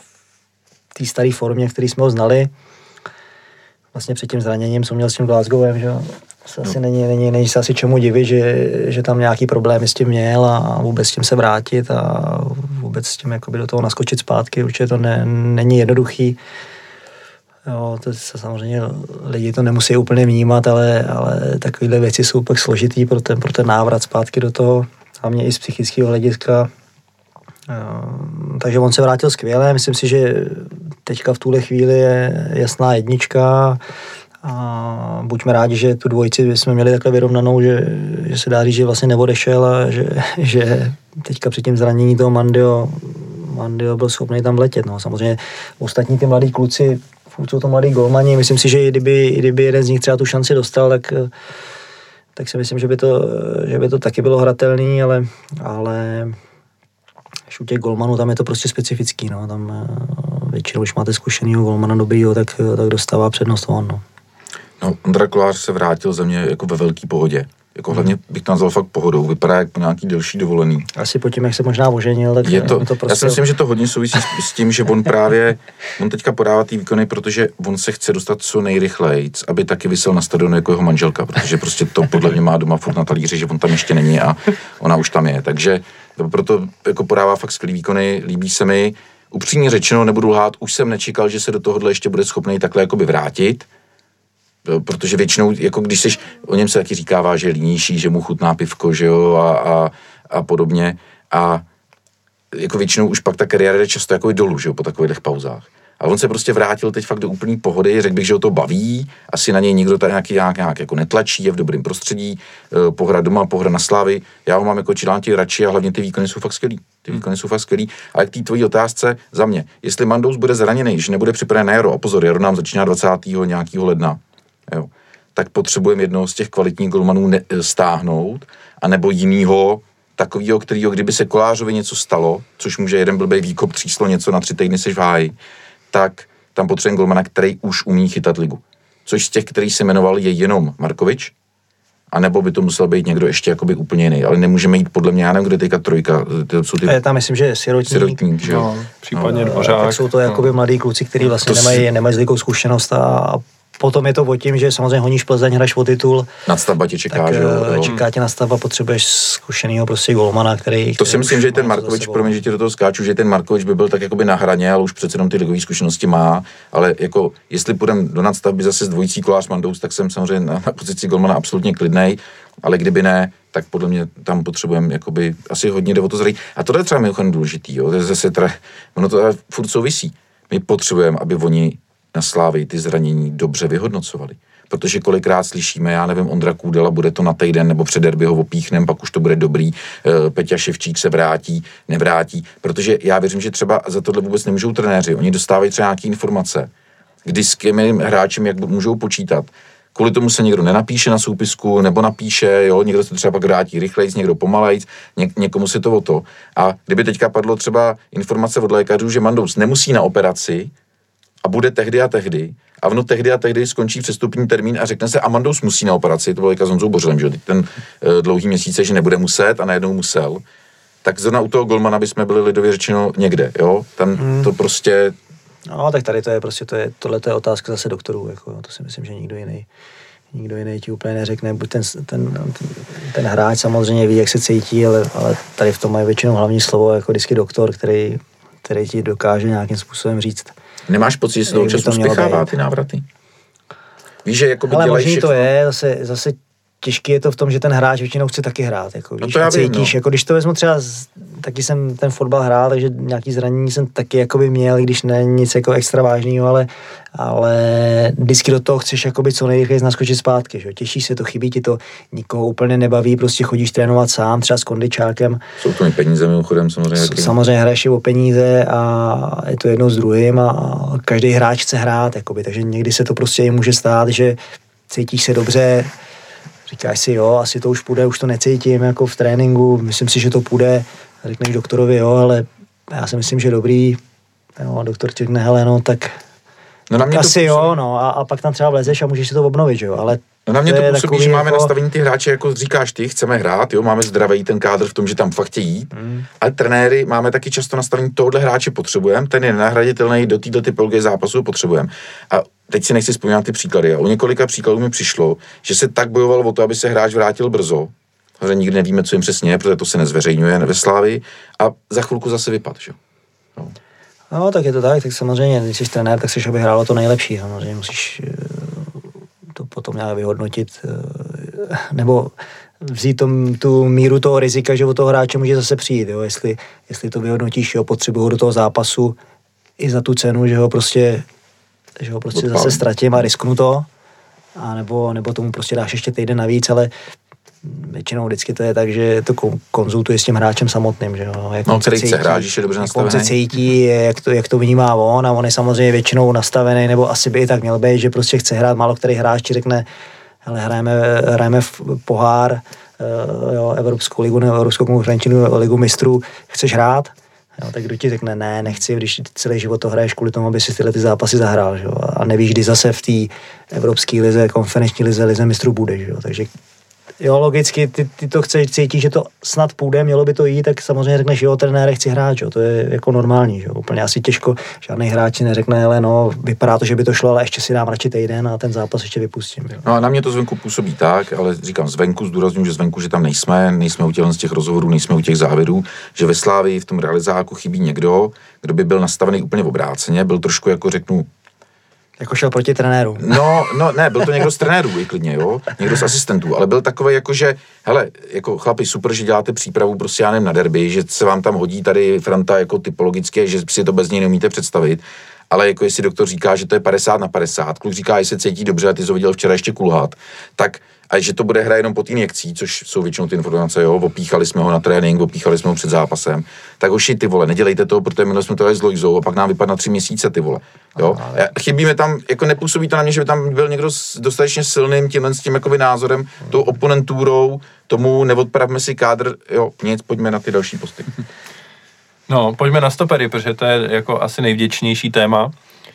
té staré formě, který jsme ho znali. Vlastně před tím zraněním, co měl s tím Glasgowem, že asi není se asi čemu divit, že tam nějaký problémy s tím měl a vůbec s tím se vrátit a vůbec s tím jakoby do toho naskočit zpátky, určitě to není jednoduchý. Jo, to se samozřejmě lidi to nemusí úplně vnímat, ale takovéhle věci jsou pak složitý pro ten návrat zpátky do toho, hlavně i z psychického hlediska. Takže on se vrátil skvěle, myslím si, že teďka v tuhle chvíli je jasná jednička a buďme rádi, že tu dvojici jsme měli takhle vyrovnanou, že se dá říct, že vlastně neodešel a že teďka při tím zranění toho Mandio byl schopný tam letět. No. Samozřejmě ostatní ty mladí kluci, jsou to mladí golmani, myslím si, že kdyby jeden z nich třeba tu šanci dostal, tak si myslím, že by to taky bylo hratelný, ale u těch golmanů tam je to prostě specifický, no. Tam většinou, když máte zkušenýho golmana dobrýho, tak dostává přednost on, no. No, Ondra Kolář se vrátil ze mě jako ve velký pohodě. Jako hlavně bych to nazval fakt pohodou. Vypadá jak po nějaký delší dovolený. Asi po tím, jak se možná oženil, tak je to prostě... Já si myslím, že to hodně souvisí s tím, že on teďka podává ty výkony, protože on se chce dostat co nejrychleji, aby taky visel na stadionu jako jeho manželka, protože prostě to podle mě má doma furt na talíři, že on tam ještě není a ona už tam je. Takže proto jako podává fakt skvělý výkony, líbí se mi. Upřímně řečeno, nebudu lhát, už jsem nečekal, že se do tohohle ještě bude schopný takhle jakoby vrátit. Protože většinou, jako když seš, o něm se taky říkává, že je línější, že mu chutná pivko, že jo, a podobně. A jako většinou už pak ta kariéra jde často jako i dolů, že jo, po takových pauzách. A on se prostě vrátil teď fakt do úplný pohody, řekl bych, že ho to baví, asi na něj nikdo tady nějak jako netlačí, je v dobrém prostředí, pohra doma, pohra na Slávy. Já ho mám jako čilántí radši a hlavně ty výkony jsou fakt skvělý. Ale k té tvojí otázce za mě, jestli Mandous bude zraněný, že nebude připraven na jaro, a pozor, jaro nám začíná 20. nějakého ledna, jo, tak potřebujeme jednoho z těch kvalitních golmanů stáhnout, anebo jinýho, takovýho, kterýho, kdyby se Kolářovi něco stalo, což může jeden blbej výkop, tříslo, něco na 3 týdny seš v háji, tak tam potřebujeme golmana, který už umí chytat ligu. Což z těch, který se jmenoval, je jenom Markovič, anebo by to musel být někdo ještě jakoby úplně jiný, ale nemůžeme jít podle mě, já nevím, kde teďka trojka. Jsou ty... A je tam, myslím, že je Sirotník, že jo? Případně Dvořák. Tak jsou to jakoby mladí kluci, kteří vlastně nemají s ligou zkušenost a potom je to o tím, že samozřejmě honíš Plzeň, hraješ o titul. Nadstavba tě čeká, tak, že jo? Čeká tě nadstavba, potřebuješ zkušenýho prostě golmana, který... To si myslím, že ten Markovič, promiň, že ti do toho skáču, že ten Markovič by byl tak jakoby na hraně, ale už přece jenom ty ligové zkušenosti má, ale jako jestli půjdeme do nadstavby zase s dvojicí Kolář Mandous, tak jsem samozřejmě na pozici golmana absolutně klidnej, ale kdyby ne, tak podle mě tam potřebujeme jakoby asi hodně jde o to zrejt. A to je třeba mimochodem důležitý, jo? To je zase ono to furt souvisí. My potřebujeme, aby oni na Slávii ty zranění dobře vyhodnocovali. Protože kolikrát slyšíme, já nevím, Ondra Kůdela, bude to na týden, nebo před derby ho opíchnem, pak už to bude dobrý, Peťa Ševčík se vrátí, nevrátí, protože já věřím, že třeba za tohle vůbec nemůžou trenéři, oni dostávají třeba nějaké informace, kdy s kým hráčem jak můžou počítat. Kvůli tomu se někdo nenapíše na soupisku, nebo napíše, jo, někdo se třeba pak vrátí rychlejc, někdo pomalejc, někomu se to o to. A kdyby teďka padlo třeba informace od lékařů, že Mandous nemusí na operaci, a bude tehdy a tehdy, a ono tehdy a tehdy skončí přestupní termín a řekne se, a Mandous musí na operaci, to bylo s Honzou Bořilem, že ten dlouhý měsíce, že nebude muset a najednou musel, tak zrovna u toho golmana bychom byli lidově řečeno někde, jo, tam to prostě... No, tak tady to je prostě, tohle je otázka zase doktorů, jako, to si myslím, že nikdo jiný ti úplně neřekne, buď ten hráč samozřejmě ví, jak se cítí, ale tady v tom mají většinou hlavní slovo, jako vždycky doktor, který ti dokáže nějakým způsobem říct. Nemáš pocit, že se toho času spěchává ty návraty? Víš, že jako by dělají možný všechno. To je, zase těžký je to v tom, že ten hráč většinou chce taky hrát. Jako, no víš, to já vím, cítíš, jako když to vezmu třeba, taky jsem ten fotbal hrál, takže nějaký zranění jsem taky jakoby měl, i když není nic jako extra vážného, ale vždycky do toho chceš jakoby co nejrychleji naskočit zpátky. Že? Těšíš se to, chybí ti to, nikoho úplně nebaví, prostě chodíš trénovat sám, třeba s kondičákem. Jsou to i peníze mimochodem samozřejmě. Samozřejmě hraješ o peníze a je to jedno s druhým a každý hráč chce hrát, jakoby, takže někdy se to prostě i může stát, že cítíš se dobře, říkáš si, jo, asi to už půjde, už to necítím jako v tréninku, myslím si, že to půjde, řekneš doktorovi, jo, ale já si myslím, že dobrý, jo, doktor řekne, hele, no, tak no na mě asi jo, no, a pak tam třeba vlezeš a můžeš si to obnovit, jo, ale No na mě to působí, že máme nastavení ty hráče, jako říkáš ty, chceme hrát, jo, máme zdravý ten kádr v tom, že tam fakt chtějí jít, ale trenéry máme taky často nastavení, tohle hráče potřebujeme, ten je nenahraditelný, do této typologie zápasu potřebujeme. A teď si nechci vzpomínat ty příklady. A u několika příkladů mi přišlo, že se tak bojovalo o to, aby se hráč vrátil brzo, protože nikdy nevíme, co jim přesně je, protože to se nezveřejňuje ve Slávii, a za chvilku zase vypad, že? No, tak je to tak samozřejmě, když jsi trenér, tak chceš, aby hrálo to nejlepší, samozřejmě musíš to potom nějak vyhodnotit, nebo vzít tu míru toho rizika, že od toho hráče může zase přijít, jo? Jestli to vyhodnotíš, jo, potřebuju do toho zápasu i za tu cenu, že ho prostě zase ztratím a risknu to, a nebo tomu prostě dáš ještě týden navíc, ale většinou vždycky to je tak, že to konzultuje s tím hráčem samotným, že jo. Který chce hrát, že je dobře nastavený. Jak on se cítí, jak to vnímá on, a on je samozřejmě většinou nastavený, nebo asi by i tak měl být, že prostě chce hrát. Málo který hráč ti řekne, hele, hrajeme v pohár, jo, Evropskou ligu nebo Evropskou konferenční ligu mistrů, chceš hrát? Jo, tak kdo ti řekne, ne, nechci, když celý život to hraješ kvůli tomu, aby si tyhle ty zápasy zahrál, že jo? A nevíš, kdy zase v té Evropské lize, konferenční lize mistrů budeš, jo? Takže jo, logicky, ty to chceš cítit, že to snad půjde, mělo by to jít, tak samozřejmě řekneš, jo, trenére, chci hrát, jo, to je jako normální, jo, úplně asi těžko, žádný hráč si neřekne, ale no, vypadá to, že by to šlo, ale ještě si dám radši týden a ten zápas ještě vypustím, jo. No a na mě to zvenku působí tak, ale říkám zvenku, zdůrazňuji, že zvenku, že tam nejsme u z těch rozhovorů, nejsme u těch závěrů, že ve Slávii v tom realizáku chybí někdo, kdo by byl nastavený úplně obráceně, byl trošku, jako řeknu, jako šel proti trenéru. No, ne, byl to někdo z trenérů i klidně, jo, někdo z asistentů, ale byl takový jako, že, hele, jako chlapi, super, že děláte přípravu prostě já nevím na derby, že se vám tam hodí tady Franta jako typologicky, že si to bez něj neumíte představit, ale jako jestli doktor říká, že to je 50/50, kluk říká, že se cítí dobře a ty jsi ho viděl včera ještě kulhat, tak a že to bude hra jenom pod injekcí, což jsou většinou ty informace, jo, opíchali jsme ho na trénink, opíchali jsme ho před zápasem, tak hoši, ty vole, nedělejte to, protože minule jsme to s Lojzou a pak nám vypadne na 3 měsíce, ty vole, jo. Chybíme tam, jako nepůsobí to na mě, že by tam byl někdo dostatečně silným s tím jakoby názorem, tou oponentůrou, tomu neodpravme si kádr, jo, nic, pojďme na ty další posty. No, pojďme na stopery, protože to je jako asi nejvděčnější téma.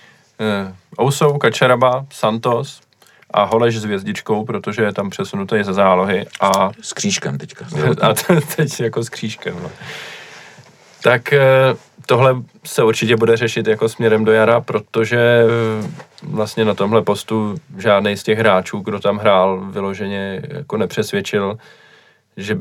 Ousou, Kačaraba, Santos a Holeš s hvězdičkou, protože je tam přesunutý ze zálohy a... S křížkem teďka. A teď jako s křížkem, no. Tak tohle se určitě bude řešit jako směrem do jara, protože vlastně na tomhle postu žádnej z těch hráčů, kdo tam hrál, vyloženě jako nepřesvědčil, že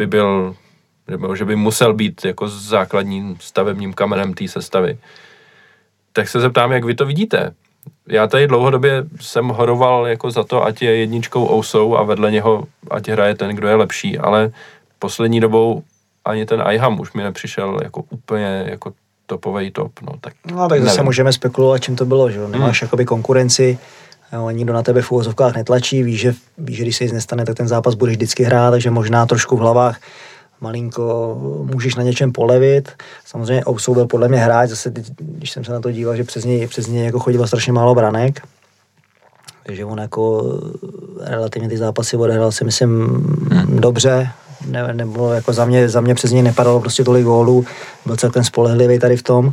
by musel být jako základním stavebním kamenem té sestavy. Tak se zeptám, jak vy to vidíte. Já tady dlouhodobě jsem horoval jako za to, ať je jedničkou Ousou a vedle něho ať hraje ten, kdo je lepší, ale poslední dobou ani ten Ajham už mi nepřišel jako úplně jako topovej top. No tak zase můžeme spekulovat, čím to bylo, že jo. Nemáš jakoby konkurenci, jo, nikdo na tebe v úvozovkách netlačí, víš, že když se nic nestane, tak ten zápas budeš vždycky hrát, takže možná trošku v hlavách malinko můžeš na něčem polevit. Samozřejmě Ousou byl podle mě hráč, zase když jsem se na to díval, že přes něj jako chodilo strašně málo branek, takže on jako relativně ty zápasy odehrál si myslím dobře, nebo jako za mě přes něj nepadalo prostě tolik gólů, byl celkem spolehlivý tady v tom.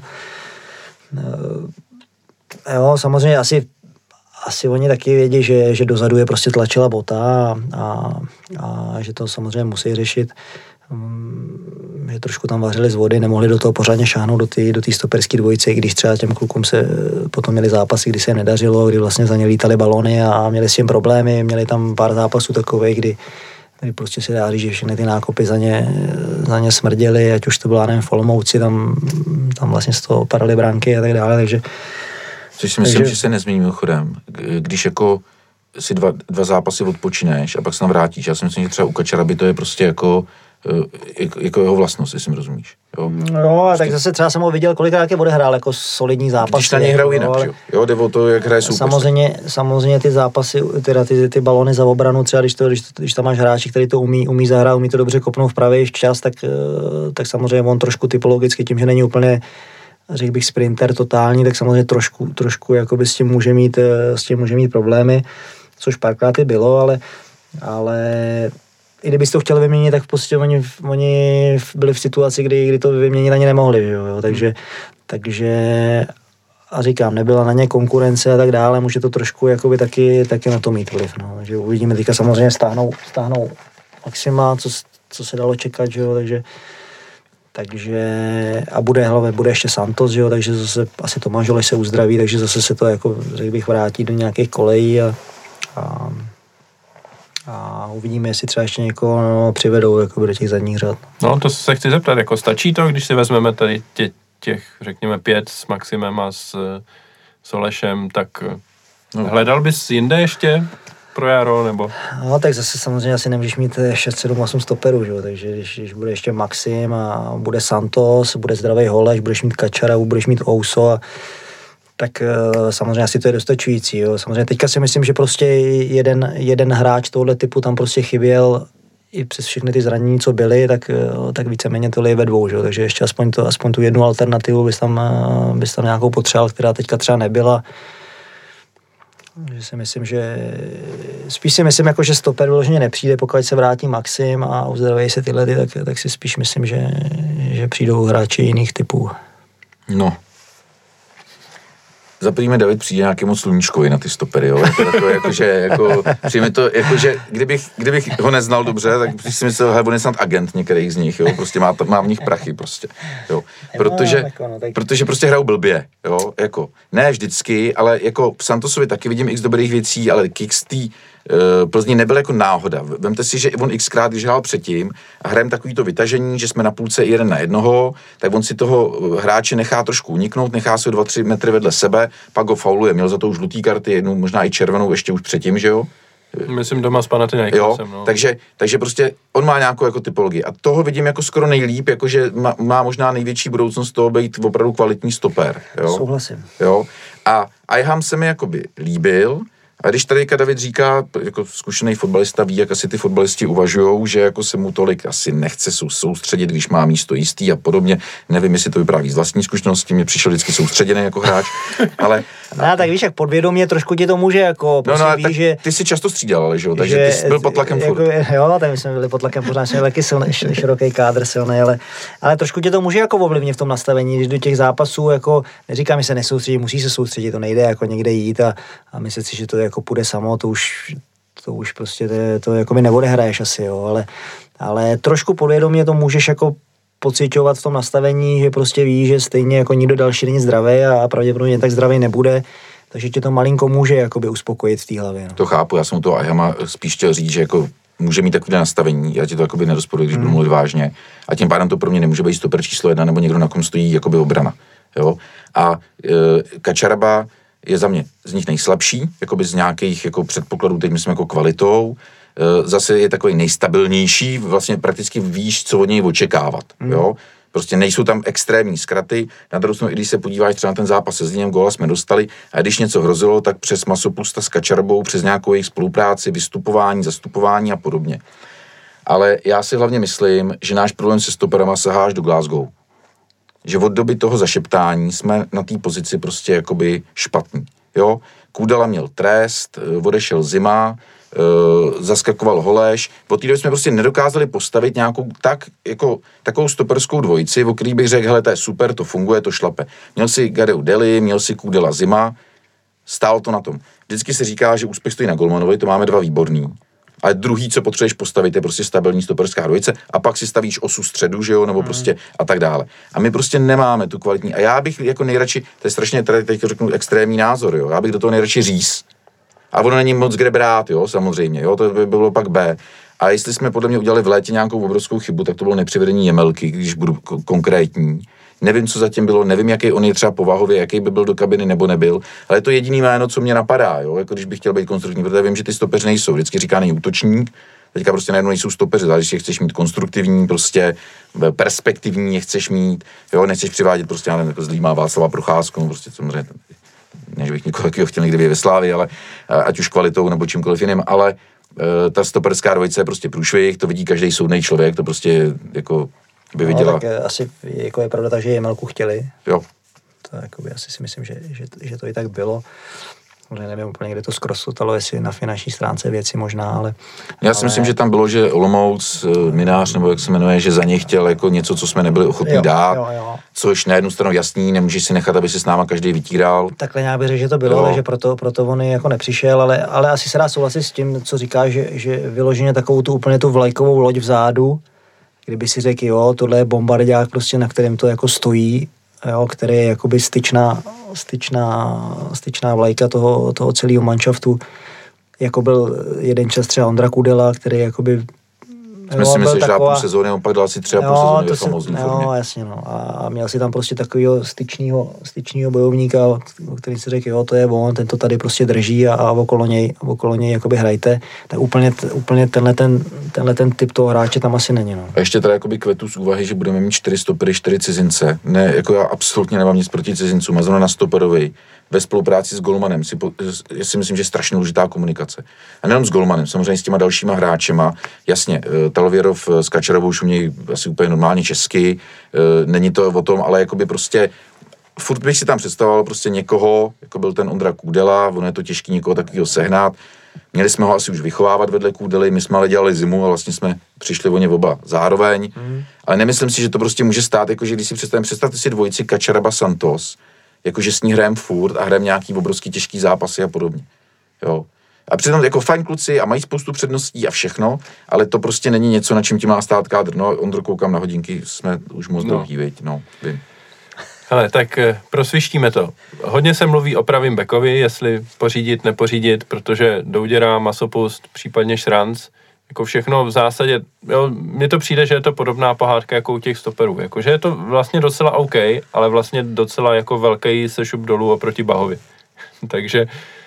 Jo, samozřejmě asi oni taky vědí, že dozadu je prostě tlačila Bota a že to samozřejmě musí řešit. Že trošku tam vařili z vody, nemohli do toho pořádně šáhnout do té stoperské dvojice, i když třeba těm klukům se potom měli zápasy, kdy se nedařilo, kdy vlastně za ně lítaly balony a měli s tím problémy, měli tam pár zápasů takových, kdy prostě se dá říct, že všechny ty nákopy za ně smrděly, ať už to byla, nevím, v Olomouci, tam vlastně z toho padaly bránky a tak dále, takže... Což si myslím, že se nezmění mimochodem, když jako si dva zápasy odpočineš a pak se tam vrátíš. Já si myslím, že třeba u Kačaraby to je prostě jako jeho vlastnost, jestli mi rozumíš. Jo? No, a tak zase třeba jsem ho viděl, kolikrát je odehrál jako solidní zápas. Když na něj hrajou jinak, jo, jde o to, jak hraje soupeř. Samozřejmě ty zápasy, teda ty balony za obranu, třeba když tam máš hráči, který to umí zahrát, umí to dobře kopnout v pravý včas, tak samozřejmě on trošku typologicky, tím, že není úplně, řekl bych, sprinter totální, tak samozřejmě trošku jakoby s tím může mít problémy, což párkrát i bylo, ale i kdybyste to chtěli vyměnit, tak prostě oni byli v situaci, kdy to vyměnit ani nemohli, jo? Takže a říkám, nebyla na ně konkurence a tak dále, může to trošku jakoby taky na to mít vliv. No. Takže uvidíme, teďka samozřejmě stáhnou Maxima, co se dalo čekat, že jo, takže a bude ještě Santos, že jo, takže zase asi Tomáš Holeš se uzdraví, takže zase se to jako, řekl bych, vrátí do nějakých kolejí a uvidíme, jestli třeba ještě někoho přivedou jako do těch zadních řad. No, to se chci zeptat, jako stačí to, když si vezmeme tady těch řekněme 5 s Maximem a s Holešem, tak hledal bys jinde ještě pro jaro, nebo? No, tak zase samozřejmě asi nemůžeš mít 6, 7, 8 stoperů, že? Takže když bude ještě Maxim a bude Santos, bude zdravý Holeš, budeš mít Kačaravu, budeš mít Ouso, tak samozřejmě asi to je dostačující. Jo. Samozřejmě teďka si myslím, že prostě jeden hráč tohoto typu tam prostě chyběl i přes všechny ty zranění, co byly, tak víceméně to je ve dvou, že? Takže ještě aspoň tu jednu alternativu bys tam nějakou potřeboval, která teďka třeba nebyla. Že si myslím, spíš si myslím, jako, že stoper vyloženě nepřijde, pokud se vrátí Maxim a uzdraví se tyhle, tak si spíš myslím, že přijdou hráči jiných typů. No. Za první David přijde nějaký moc sluníčkový na ty stopery, jo. Přijme to, jakože, kdybych ho neznal dobře, tak si myslel, že on je snad agent některých z nich, jo. Prostě má v nich prachy prostě, jo. Protože prostě hrajou blbě, jo. Jako, ne vždycky, ale jako v Santosovi taky vidím x dobrých věcí, ale Kicks Plzni nebyl jako náhoda. Vemte si, že on xkrát, když hrál předtím a hrajeme takovýto vytažení, že jsme na půlce 1-1, tak on si toho hráče nechá trošku uniknout, nechá se 2-3 metry vedle sebe, pak ho fauluje. Měl za to už žlutý karty, jednu možná i červenou ještě už předtím, že jo? Myslím doma s Panathinaikosem, no. Takže prostě on má nějakou jako typologii a toho vidím jako skoro nejlíp, jakože má možná největší budoucnost toho být opravdu kvalitní stoper, jo? Souhlasím. Jo? A Iham se mi jakoby líbil. A když tady David říká, jako zkušený fotbalista ví, jak asi ty fotbalisti uvažujou, že jako se mu tolik asi nechce soustředit, když má místo jistý a podobně. Nevím, jestli to vypráví z vlastní zkušenosti, mě přišel vždycky soustředěný jako hráč, ale... No, tak víš, jak podvědomě trošku ti to může, jako... No, ví, že... Ty jsi často střídal, ale že jo, takže ty jsi byl pod tlakem jako, furt. Jo, tak my jsme byli pod tlakem pořád, jsme taky široký kádr silný, ale trošku tě to může jako ovlivnit v tom nastavení, když do těch zápasů, jako neříkám, že se nesoustředí, musí se soustředit, to nejde jako někde jít a myslet si, že to jako půjde samo, to už prostě to jako by neodehraješ asi, jo, ale trošku podvědomě to můžeš jako pociťovat v tom nastavení, že prostě víš, že stejně jako nikdo další není zdravý a pravděpodobně tak zdravý nebude, takže tě to malinko může jakoby uspokojit v té hlavě. No. To chápu, já jsem u toho Ihama spíš chtěl říct, že jako může mít takové nastavení, já ti to jakoby nerozporuji, když budu mluvit vážně, a tím pádem to pro mě nemůže být stoper číslo 1 nebo někdo, na kom stojí jakoby obrana, jo. A Kačaraba je za mě z nich nejslabší, jakoby z nějakých jako předpokladů, teď myslím jako kvalitou, zase je takový nejstabilnější, vlastně prakticky víš, co od něj očekávat, jo. Prostě nejsou tam extrémní zkraty, na druhou stranu, i když se podíváš třeba na ten zápas se Zlínem, góla jsme dostali, a když něco hrozilo, tak přes Masopusta s Kačarbou, přes nějakou jejich spolupráci, vystupování, zastupování a podobně. Ale já si hlavně myslím, že náš problém se stoperama sahá až do Glasgow. Že od doby toho zašeptání jsme na té pozici prostě jakoby špatní, jo. Kůdala měl trest, odešel Zima, zaskakoval Holeš. Od té doby jsme prostě nedokázali postavit nějakou takovou stoperskou dvojici, o který bych řekl, hele, to je super, to funguje, to šlape. Měl si Gadeu Deli, měl si Kůdela Zima, stál to na tom. Vždycky se říká, že úspěch stojí na golmanovi, to máme 2 výborný. Ale druhý, co potřebuješ postavit, je prostě stabilní stoperská dvojice a pak si stavíš osu středu, že jo, nebo prostě a tak dále. A my prostě nemáme tu kvalitní. A já bych jako nejradši, to je strašně, teď řeknu extrémní názor, jo, já bych do toho nejradši říz. A ono není moc kde brát, jo, samozřejmě, jo, to by bylo pak B. A jestli jsme podle mě udělali v létě nějakou obrovskou chybu, tak to bylo nepřivedení Jemelky, když budu konkrétní. Nevím, co zatím bylo, nevím, jaký on je třeba povahově, jaký by byl do kabiny nebo nebyl, ale je to jediný jméno, co mě napadá, jo, jako když bych chtěl být konstruktivní, protože vím, že ty stopeři nejsou, vždycky říká útočník, teďka prostě najednou nejsou stopeři, záleží, chceš mít konstruktivní, prostě perspektivní, chceš mít, jo, nechceš přivádět prostě, já nevím, jako Zlíma Václava Procházku, prostě samozřejmě, ne, že bych někoho chtěl někdy ve Slávii, ale ať už kvalitou nebo čímkoliv jiným, ale ta stoperská dvojice je prostě průšvih, to vidí každý soudný člověk, to prostě jako by viděla. No, tak asi jako je pravda tak, že Jemelku chtěli. Jo. To jakoby asi si myslím, že to i tak bylo. samozřejmě nevím úplně, kde to zkrostalo, jestli na finanční stránce věci možná, ale... Já si myslím, že tam bylo, že Olomouc, Minář, nebo jak se jmenuje, že za ně chtěl jako něco, co jsme nebyli ochotní dát, což na jednu stranu jasný, nemůžeš si nechat, aby si s náma každý vytíral. Takhle nějak bych řekl, že to bylo, ale že proto on jako nepřišel, ale asi se dá souhlasit s tím, co říká, že vyloženě takovou tu úplně tu vlajkovou loď vzadu, kdyby si řekl, jo, tohle je bombardák prostě, na kterém to jako stojí, jo, který je jakoby styčná vlajka toho celého manšaftu, jako byl jeden čas třeba Ondra Kudela, který jakoby jsme si mysleli, že dá půl sezóny, on pak dal asi 3,5 sezóny ve famózní formě. Jo, jasně, no. A měl si tam prostě takovýho styčního bojovníka, který si řekl, jo, to je on, ten to tady prostě drží a okolo něj jakoby hrajte. Tak úplně tenhle ten typ toho hráče tam asi není, no. A ještě teda jakoby kvetu z úvahy, že budeme mít 4 stopery, 4 cizince. Ne, jako já absolutně nemám nic proti cizincům, a zrovna na stoperovi ve spolupráci s golmanem si myslím, že je strašně důležitá komunikace. A nejenom s golmanem, samozřejmě s těma dalšíma hráčema. Jasně, Talvěrov s Kačarovou už umějí asi úplně normálně česky, není to o tom, ale jakoby prostě furt bych si tam představoval prostě někoho, jako byl ten Ondra Kůdela, ono je to těžký někoho takového sehnat. Měli jsme ho asi už vychovávat vedle Kůdely, my jsme ale dělali zimu a vlastně jsme přišli o ně oba zároveň. Ale nemyslím si, že to prostě může stát, jakože když si představte si dvojici Kačaraba Santos, jakože s ní hrajeme furt a hrajeme nějaký obrovský těžký zápasy a podobně. Jo. A přitom jako fajn kluci a mají spoustu předností a všechno, ale to prostě není něco, na čím ti má stát kádr. No, Ondro, koukám na hodinky, jsme už moc dlouhý, viď, no, vím. Hele, tak prosvištíme to. Hodně se mluví o pravým bekovi, jestli pořídit, nepořídit, protože Douděra, Masopust, případně Šranc, jako všechno v zásadě, jo, mně to přijde, že je to podobná pohádka jako u těch stoperů, jakože je to vlastně docela OK, ale vlastně docela jako velký sešup dolů oproti Bahovi. Takže...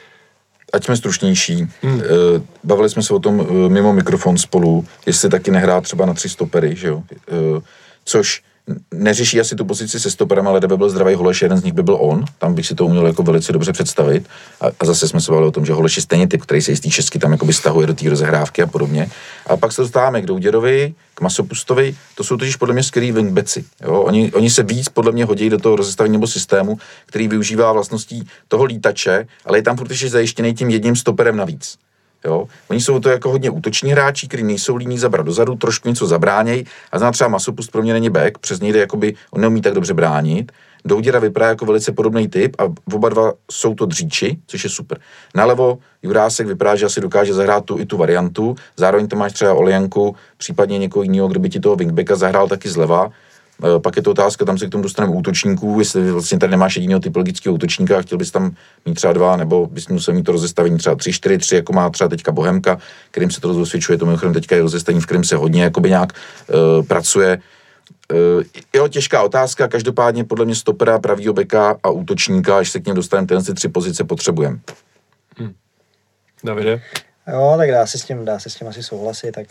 Ať jsme stručnější, bavili jsme se o tom mimo mikrofon spolu, jestli taky nehrá třeba na 3 stopery, že jo, což neřeší asi tu pozici se stoperem, ale kdyby byl zdravý Holeš, jeden z nich by byl on, tam bych si to uměl jako velice dobře představit. A zase jsme se bavili o tom, že Holeš je stejně typ, který se z té šestky tam jakoby stahuje do té rozehrávky a podobně. A pak se dostáváme k Douděrovi, k Masopustovi, to jsou totiž podle mě skvělí wingbacki. Oni se víc podle mě hodí do toho rozestavení nebo systému, který využívá vlastností toho lítače, ale je tam furt ještě zajištěný tím jedním stoperem navíc. Jo? Oni jsou to jako hodně útoční hráči, kteří nejsou líní zabrat dozadu, trošku něco zabráněj. A zná třeba Masopust pro mě není back, přes něj jde jakoby, on neumí tak dobře bránit. Douděra vypadá jako velice podobný typ a oba dva jsou to dříči, což je super. Nalevo Jurásek vypadá, že asi dokáže zahrát tu variantu, zároveň to máš třeba Oljanku, případně někoho jiného, kdo by ti toho wingbacka zahrál taky zleva. Pak je to otázka, tam se k tomu dostaneme útočníků, jestli vlastně tady nemáš jediného typologického útočníka a chtěl bys tam mít třeba 2, nebo bys musel mít to rozestavení třeba 3-4-3, jako má třeba teďka Bohemka, kterým se to rozosvědčuje, to mimochodem teďka je rozestavení, v kterém se hodně jakoby nějak pracuje. Jo, těžká otázka, každopádně podle mě stopera, pravýho beka a útočníka, až se k něm dostaneme, tyhle 3 pozice potřebujeme. Davide? Jo, tak dá se s tím asi souhlasit, tak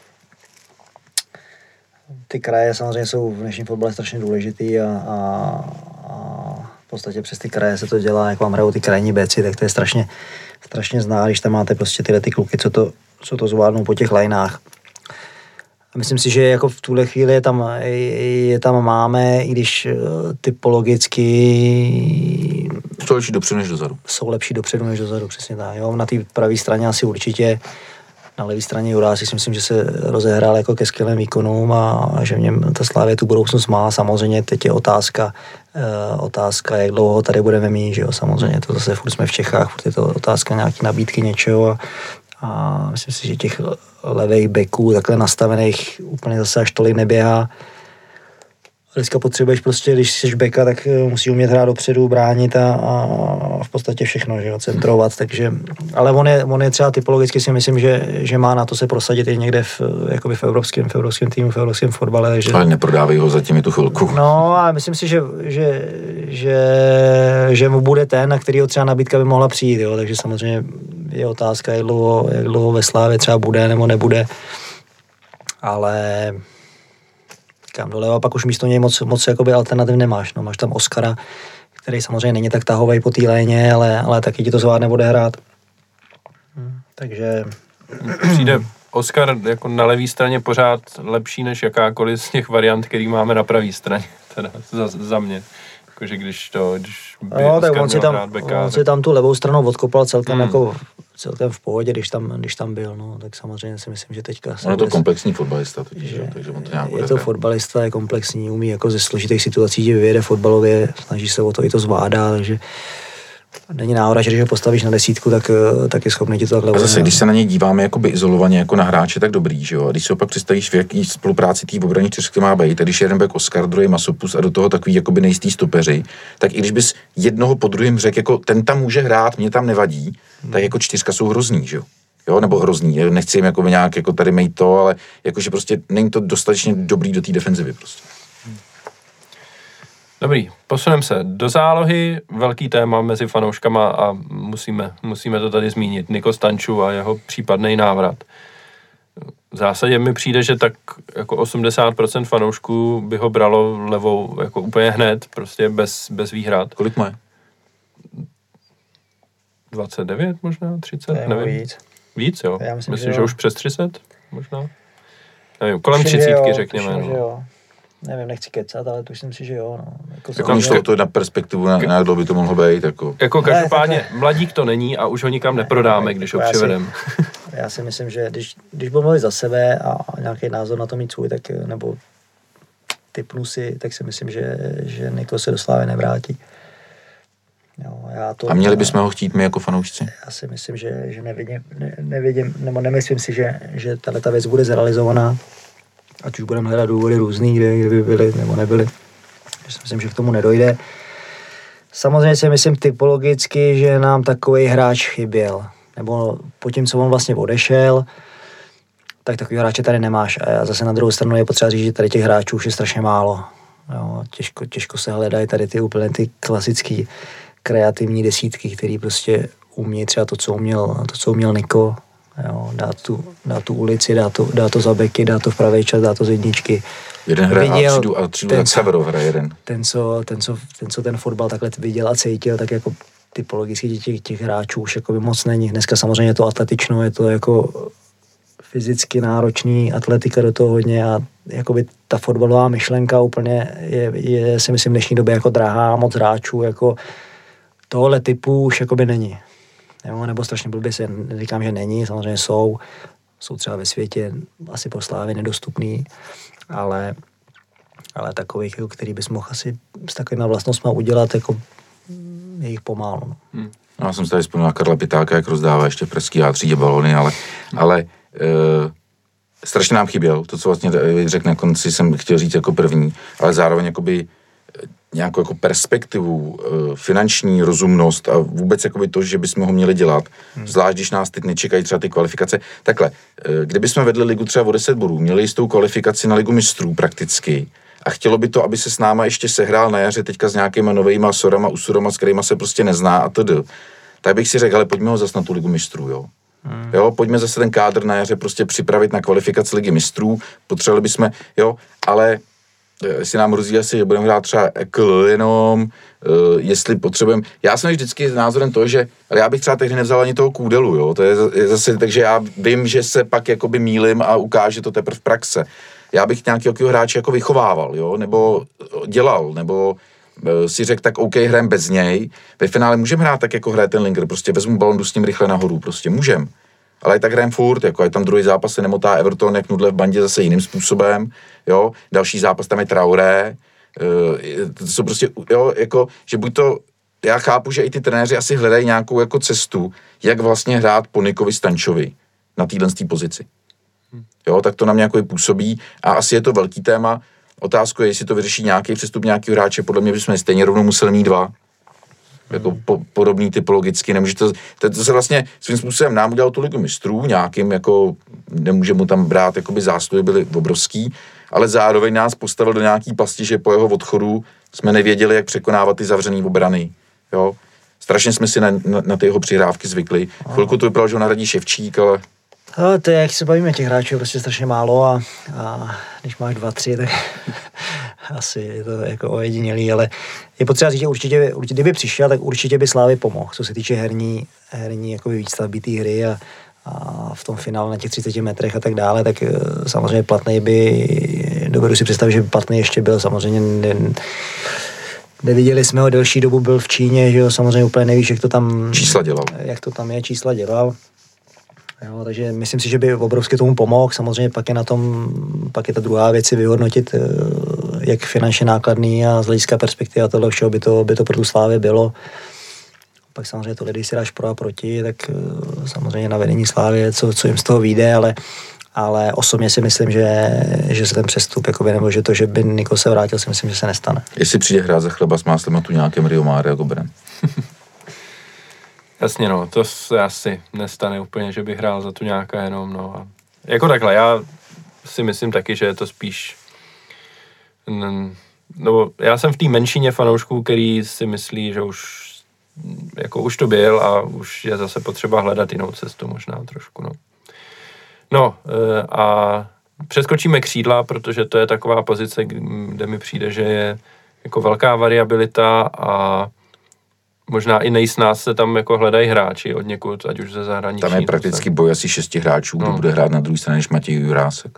ty kraje samozřejmě jsou v dnešním fotbale strašně důležitý a v podstatě přes ty kraje se to dělá, jak vám hrajou ty krajní béci, tak to je strašně zná, když tam máte prostě tyhle ty kluky, co to zvládnou po těch lineách. A myslím si, že jako v tuhle chvíli je tam máme, i když typologicky jsou lepší dopředu než dozadu. Jsou lepší dopředu než dozadu, přesně tak. Jo, na té pravé straně asi určitě. Na levé straně Jurásek si myslím, že se rozehrál jako ke skvělým výkonům a že v něm ta Slavie tu budoucnost má. Samozřejmě teď je otázka, jak dlouho tady budeme mít, že jo, samozřejmě to zase furt jsme v Čechách, furt je to otázka nějaký nabídky něčeho a myslím si, že těch levých beků takhle nastavených úplně zase až tolik neběhá. Dneska potřebuješ prostě, když jsi beka, tak musíš umět hrát dopředu, bránit a v podstatě všechno, že jo, centrovat, takže, ale on je třeba typologicky si myslím, že má na to se prosadit i někde jakoby v evropském týmu, v evropském fotbale, takže... Ale neprodávají ho zatím i tu chvilku. No a myslím si, že mu bude ten, na kterýho třeba nabídka by mohla přijít, jo, takže samozřejmě je otázka, jak dlouho ve Slávě třeba bude nebo nebude, ale... Kam doleva, pak už místo něj moc jakoby alternativ nemáš. No, máš tam Oskara, který samozřejmě není tak tahovej po té léně, ale taky ti to zvládne odehrát. Takže... Přijde Oskar jako na levé straně pořád lepší než jakákoliv z těch variant, který máme na pravé straně. Teda za mě. Jakože když by no, tak Oskar on beka, si tam tu levou stranou odkopal celkem jako celkem v pohodě, když tam byl, no, tak samozřejmě si myslím, že teďka... On je to komplexní fotbalista totiž, takže on to nějak je to fotbalista, je komplexní, umí jako ze složitých situací, že vyjede fotbalově, snaží se o to, i to zvládá, takže není náhoda, že když ho postavíš na desítku, tak je schopný ti to takhle. A zase, když se na něj díváme jakoby izolovaně jako na hráče, tak dobrý, že jo? A když si opak představíš, v jaký spolupráci té obraní čtyřky má být, a když jeden back Oskar, druhý Masopus a do toho takový jakoby nejistý stopeři, tak i když bys jednoho po druhém řekl, jako ten tam může hrát, mě tam nevadí, tak jako čtyřka jsou hrozný, že jo? Jo, nebo hrozný, nechci jim jako nějak jako tady mít to, ale jakože prostě není to dostatečně dobrý do té defenzivy prostě. Dobrý, posuneme se do zálohy, velký téma mezi fanouškama a musíme to tady zmínit. Niko Stanču a jeho případný návrat. V zásadě mi přijde, že tak jako 80% fanoušků by ho bralo levou jako úplně hned, prostě bez výhrad. Kolik má? 29 možná, 30, nevím. Víc, jo? Myslím, že už přes 30 možná? Nevím, kolem tuším, 30, jo, řekněme. tuším, no. Jo. Nevím, nechci kecat, ale tuším si, že jo. No. Jako to na perspektivu, na kdo by to mohlo být. Jako každopádně, mladík to není a už ho nikam neprodáme, když ho přivedeme. Já si myslím, že když budu mluvit za sebe a nějaký názor na to mít svůj, tak, nebo tipnu si, tak si myslím, že Niko se do Slávy nevrátí. Jo, a měli bychom ho chtít my jako fanoušci? Já si myslím, že nevidím, nebo nemyslím si, že tato věc bude zrealizovaná. Ať už budeme hledat důvody různý, kde by byly nebo nebyly. Já si myslím, že k tomu nedojde. Samozřejmě si myslím typologicky, že nám takový hráč chyběl. Nebo po tím, co on vlastně odešel, tak takový hráče tady nemáš. A zase na druhou stranu je potřeba říct, že tady těch hráčů už je strašně málo. Jo, těžko se hledají tady ty klasický kreativní desítky, který prostě umí třeba to, co uměl Niko. Jo, dá tu ulici, dá to za beky, dá to v pravý čas, dá to z jedničky. Jeden hraje a třídu tak Severov hraje jeden. Ten, co ten fotbal takhle viděl a cítil, tak jako typologicky těch hráčů už jako by moc není. Dneska samozřejmě je to atletično, je to jako fyzicky náročný, atletika do toho hodně a jakoby ta fotbalová myšlenka úplně je si myslím v dnešní době jako drahá, moc hráčů, jako tohle typu už jakoby není. Jo, nebo strašně blbě se neříkám, že není, samozřejmě jsou třeba ve světě asi pro Slávy nedostupný, ale takových, jako, který bys mohl asi s takovýma vlastnostma udělat, jako je jich pomálu. No. Já jsem se tady vzpomněl na Karla Pitáka, jak rozdává ještě v pražský A3 balony, ale strašně nám chyběl, to, co vlastně řekl na konci, jsem chtěl říct jako první, ale zároveň jakoby nějakou jako perspektivu, finanční rozumnost a vůbec jakoby to, že bychom ho měli dělat, zvlášť když nás teď nečekají třeba ty kvalifikace. Takhle, kdybychom vedli ligu třeba o 10 bodů, měli jistou kvalifikaci na ligu mistrů prakticky a chtělo by to, aby se s náma ještě sehrál na jaře teďka s nějakýma novejma sorama, usurama, s kterýma se prostě nezná a td. Tak bych si řekl, ale pojďme ho zase na tu ligu mistrů, jo. Jo, pojďme zase ten kádr na jaře prostě připravit na kvalifikaci ligy mistrů, potřebovali bychom, jo, ale jestli nám hrozí asi, že budeme hrát třeba EKL jenom, jestli potřebujeme. Já jsem vždycky s názorem to, že, ale já bych třeba tehdy nevzal ani toho Kůdelu, jo, to je zase, takže já vím, že se pak jakoby mýlim a ukáže to teprve v praxe. Já bych nějakého hráče jako vychovával, jo, nebo dělal, nebo si řekl, tak OK, hrajem bez něj. Ve finále můžeme hrát tak, jako hraje ten Linger, prostě vezmu balon, jdu s ním rychle nahoru, prostě můžem. Ale i tak hrajem furt, jako je tam druhý zápas se nemotá Everton, jak Nudle v bandě zase jiným způsobem, jo. Další zápas tam je Traoré, to jsou prostě, jo, jako, že buď to, já chápu, že i ty trenéři asi hledají nějakou jako cestu, jak vlastně hrát po Nikovi Stančovi na téhle pozici. Jo, tak to na mě jako působí a asi je to velký téma. Otázka je, jestli to vyřeší nějaký přestup nějakého hráče, podle mě bychom stejně rovnou museli mít dva. Jako podobný typologicky, nemůže to se vlastně svým způsobem nám udělal tu ligu mistrů, nějakým jako, nemůže mu tam brát, jakoby zásluhy byly obrovský, ale zároveň nás postavil do nějaký pasti, že po jeho odchodu jsme nevěděli, jak překonávat ty zavřený obrany, jo. Strašně jsme si na ty jeho přihrávky zvykli. Chvilku to vypadalo, že ho nahradí Ševčík, ale... To je, jak se bavíme, těch hráčů je prostě strašně málo a když máš 2-3, tak asi je to jako ojedinělý, ale je potřeba říct, že určitě kdyby přišel, tak určitě by Slávy pomohl, co se týče herní jako výstavby té hry a v tom finále na těch 30 metrech a tak dále, tak samozřejmě Platnej by, dovedu si představit, že by Platnej ještě byl samozřejmě neviděli jsme ho delší dobu, byl v Číně, že jo, samozřejmě úplně nevíš, jak to tam... Jak to tam je, čísla dělal. Jo, takže myslím si, že by obrovsky tomu pomohl. Samozřejmě pak je ta druhá věc, vyhodnotit, jak finančně nákladný a z hlediska perspektivy a tohle všeho by to pro tu Slávy bylo. Pak samozřejmě to, když si dáš pro a proti, tak samozřejmě na vedení Slávy, co jim z toho vyjde, ale osobně si myslím, že se ten přestup, nebo že to, že by Niko se vrátil, si myslím, že se nestane. Jestli přijde hrát za chleba s máslem a tu nějakém Rio Mare jako Bren. Jasně, no, to se asi nestane úplně, že bych hrál za tu nějaká jenom, no. A jako takhle, já si myslím taky, že je to spíš... No, já jsem v té menšině fanoušků, který si myslí, že už to byl a už je zase potřeba hledat jinou cestu možná trošku, no. No a přeskočíme křídla, protože to je taková pozice, kde mi přijde, že je jako velká variabilita a možná i nejsnáz se tam jako hledají hráči od někud, ať už ze zahraničí. Tam je prakticky boj asi 6 hráčů, kdo bude hrát na druhé straně než Matěj Jurásek.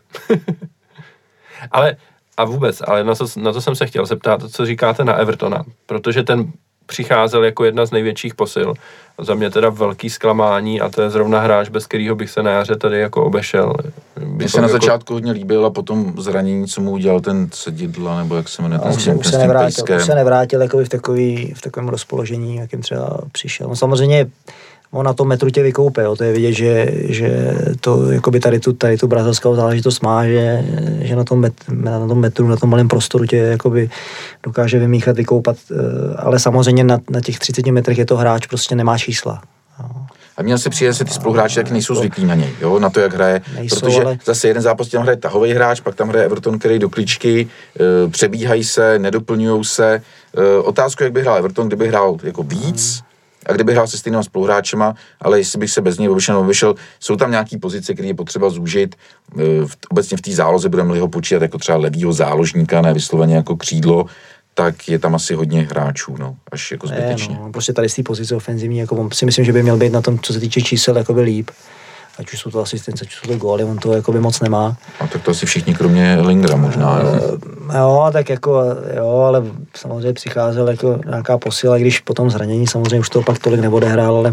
ale na to jsem se chtěl zeptat, co říkáte na Evertona, protože ten přicházel jako jedna z největších posil. Za mě teda velký zklamání a to je zrovna hráč, bez kterého bych se na jaře tady jako obešel. Mně se na začátku hodně líbil a potom zranění, co mu udělal ten Sedidla, nebo jak se jmenuje, už se nevrátil jako v takovém rozpoložení, jakým třeba přišel. No samozřejmě on na tom metru tě vykoupe, jo. To je vidět, že to jakoby tady tu brazilskou záležitost má, že na tom metru, na tom malém prostoru tě jakoby dokáže vymíchat, vykoupat, ale samozřejmě na těch 30 metrech je to hráč, prostě nemá čísla. Jo. A mně se přijde, že ty spoluhráči taky nejsou zvyklí na něj, jo, na to, jak hraje, protože zase jeden zápas tam hraje tahový hráč, pak tam hraje Everton, který do kličky, přebíhají se, nedoplňují se. Otázku, jak by hrál Everton, kdyby hrál jako víc, a kdyby hrál se stejnými spoluhráčema, ale jestli bych se bez něj obešel, jsou tam nějaký pozice, které je potřeba zúžit. Obecně v té záloze budeme-li ho počítat jako třeba levýho záložníka, ne vysloveně jako křídlo, tak je tam asi hodně hráčů, no, až jako zbytečně. No, prostě tady z té pozice ofenzivní, jako si myslím, že by měl být na tom, co se týče čísel, jakoby líp. Ať už jsou to asistence, ať už jsou to góly, on to jakoby moc nemá. A tak to asi všichni, kromě Lingra možná, jo, tak jako, jo, ale samozřejmě přicházel jako nějaká posila, když potom zranění samozřejmě už toho pak tolik neodehrál,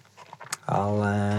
ale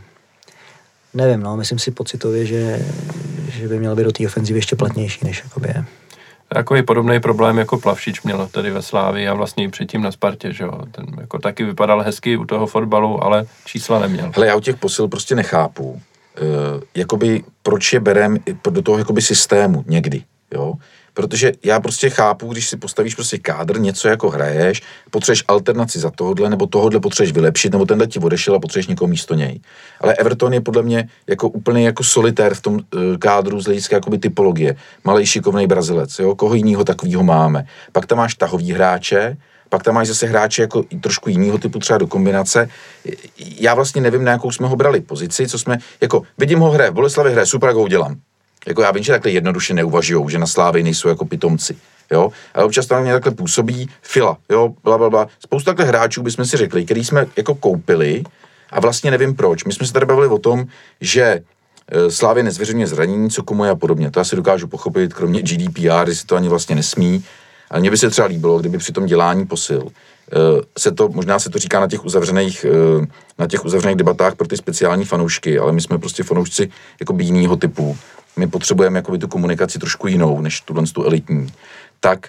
nevím, no, myslím si pocitově, že by měl být do té ofenzivy ještě platnější, než jakoby je. Takový podobný problém jako Plavšič měl tady ve Slávii a vlastně i předtím na Spartě, že jo. Ten jako taky vypadal hezky u toho fotbalu, ale čísla neměl. Hele, já u těch posil prostě nechápu, jakoby proč je berem do toho jakoby systému někdy, jo. Protože já prostě chápu, když si postavíš prostě kádr, něco jako hraješ, potřebuješ alternaci za tohodle, nebo tohodle potřebuješ vylepšit, nebo tenhle ti odešel a potřebuješ někoho místo něj. Ale Everton je podle mě jako úplně jako solitér v tom kádru z hlediska jakoby typologie. Malej šikovnej Brazilec, jo, koho jinýho takovýho máme. Pak tam máš tahový hráče, pak tam máš zase hráče jako trošku jinýho typu, třeba do kombinace. Já vlastně nevím, na jakou jsme ho brali pozici, co jsme, jako vidím ho hraje, v Boleslavi hraje, super, jak ho udělám. Jako já vím, že takhle jednoduše neuvažujou, že na Slávii nejsou jako pitomci, jo, ale občas tam mě takhle působí Fila, jo, blablabla. Spoustu takhle hráčů bychom si řekli, který jsme jako koupili a vlastně nevím proč. My jsme se tady bavili o tom, že Slávě nezveřejňuje zranění, co komu je a podobně. To asi dokážu pochopit, kromě GDPR, jestli to ani vlastně nesmí. Ale mně by se třeba líbilo, kdyby při tom dělání posil možná se to říká na těch uzavřených debatách pro ty speciální fanoušky, ale my jsme prostě fanoušci jako jinýho typu. My potřebujeme jakoby tu komunikaci trošku jinou, než tu elitní. Tak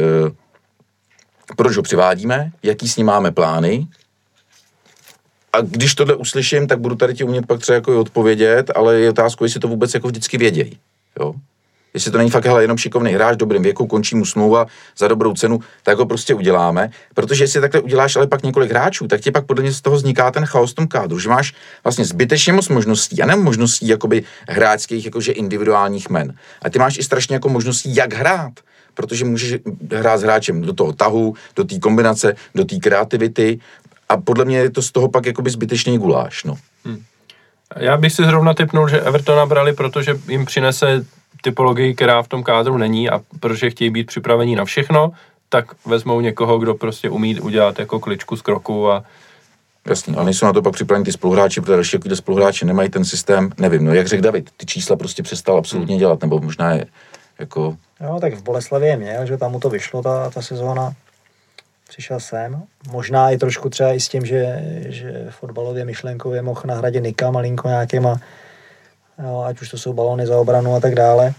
proč ho přivádíme, jaký s ním máme plány, a když tohle uslyším, tak budu tady ti umět pak třeba jako odpovědět, ale je otázka, jestli to vůbec jako vždycky vědějí, jo. Jestli to není fakt jenom šikovný hráč v dobrém věku, končí mu smlouva za dobrou cenu, tak ho prostě uděláme. Protože jestli takhle uděláš ale pak několik hráčů, tak ti pak podle mě z toho vzniká ten chaos v tom kádru, že máš vlastně zbytečně moc možností, a ne možností jakoby hráčských, jakože individuálních men. A ty máš i strašně jako možností, jak hrát. Protože můžeš hrát s hráčem do toho tahu, do té kombinace, do té kreativity. A podle mě je to z toho pak jakoby zbytečný guláš, no. Já bych si zrovna tipnul, že Evertona brali, protože jim přinese typologii, která v tom kádru není, a protože chtějí být připravení na všechno, tak vezmou někoho, kdo prostě umí udělat jako kličku z kroku a... Jasně, ale nejsou na to pak připraveni ty spoluhráči, protože další jakýhle spoluhráči nemají ten systém, nevím, no jak řekl David, ty čísla prostě přestal absolutně dělat, nebo možná je jako... Jo, tak v Boleslavě měl, že tam mu to vyšlo ta sezóna. přišel sem. Možná i trošku třeba i s tím, že fotbalově myšlenkově mohl nahradit Nika malinko nějakýma, jo, ať už to jsou balóny za obranu a tak dále.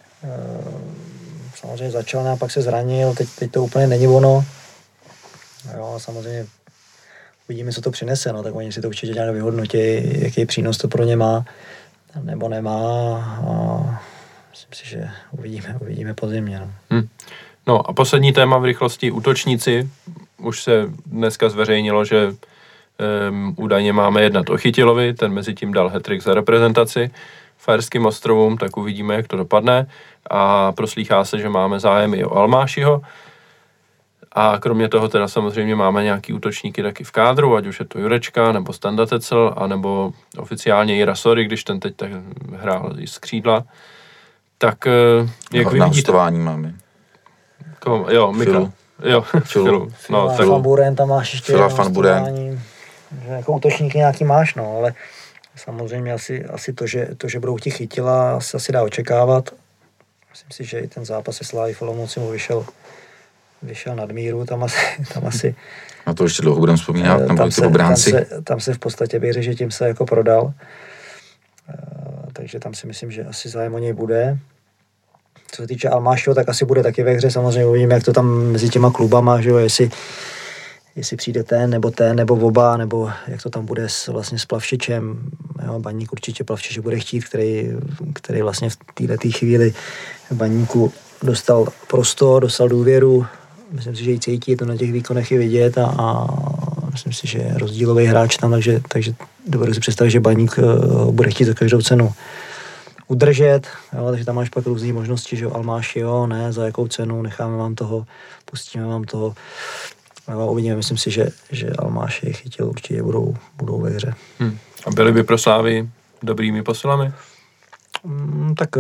Samozřejmě začal, a pak se zranil, teď to úplně není ono. Jo, samozřejmě uvidíme, co to přinese, no, tak oni si to určitě nějak vyhodnotí, jaký přínos to pro ně má, nebo nemá. A myslím si, že uvidíme po zimě. No. No a poslední téma v rychlosti, útočníci. Už se dneska zveřejnilo, že údajně máme jednat o Chytilovi, ten mezi tím dal hat-trick za reprezentaci Faerským ostrovům, tak uvidíme, jak to dopadne. A proslýchá se, že máme zájem i o Almášiho. A kromě toho teda samozřejmě máme nějaký útočníky taky v kádru, ať už je to Jurečka, nebo Standa Tecel, anebo oficiálně Jira Sory, když ten teď tak hrál z křídla. Tak jak vy vidíte? Máme. Jo, Mika. Jo, Filu. No, tak Van Buren tam máš ještě Van Buren. Že jako útočníky nějaký máš, no, ale samozřejmě asi to, že budou ti Chytila, asi dá očekávat. Myslím si, že i ten zápas se Sláví v Olomouci mu vyšel nad míru, tam asi na to ještě dlouho budeme vzpomínat, tam se v podstatě bych řekl, že tím se jako prodal. Takže tam si myslím, že asi zájem o něj bude. Co se týče Almášiho, tak asi bude taky ve hře, samozřejmě uvidíme, jak to tam mezi těma klubama, že jo, jestli přijde ten, nebo oba, nebo jak to tam bude vlastně s Plavšičem. Jo, Baník určitě Plavšiče bude chtít, který vlastně v této chvíli Baníku dostal prostor, dostal důvěru. Myslím si, že ji cítí, to na těch výkonech je vidět a myslím si, že je rozdílový hráč tam, takže dovedu si představit, že Baník bude chtít za každou cenu udržet, jo, takže tam máš pak různé možnosti, že Almáši, jo, ne, za jakou cenu, necháme vám toho, pustíme vám toho. No, uvidíme, myslím si, že Almáši Chytil určitě budou ve hře. A byli by pro Slávy dobrými posilami? Tak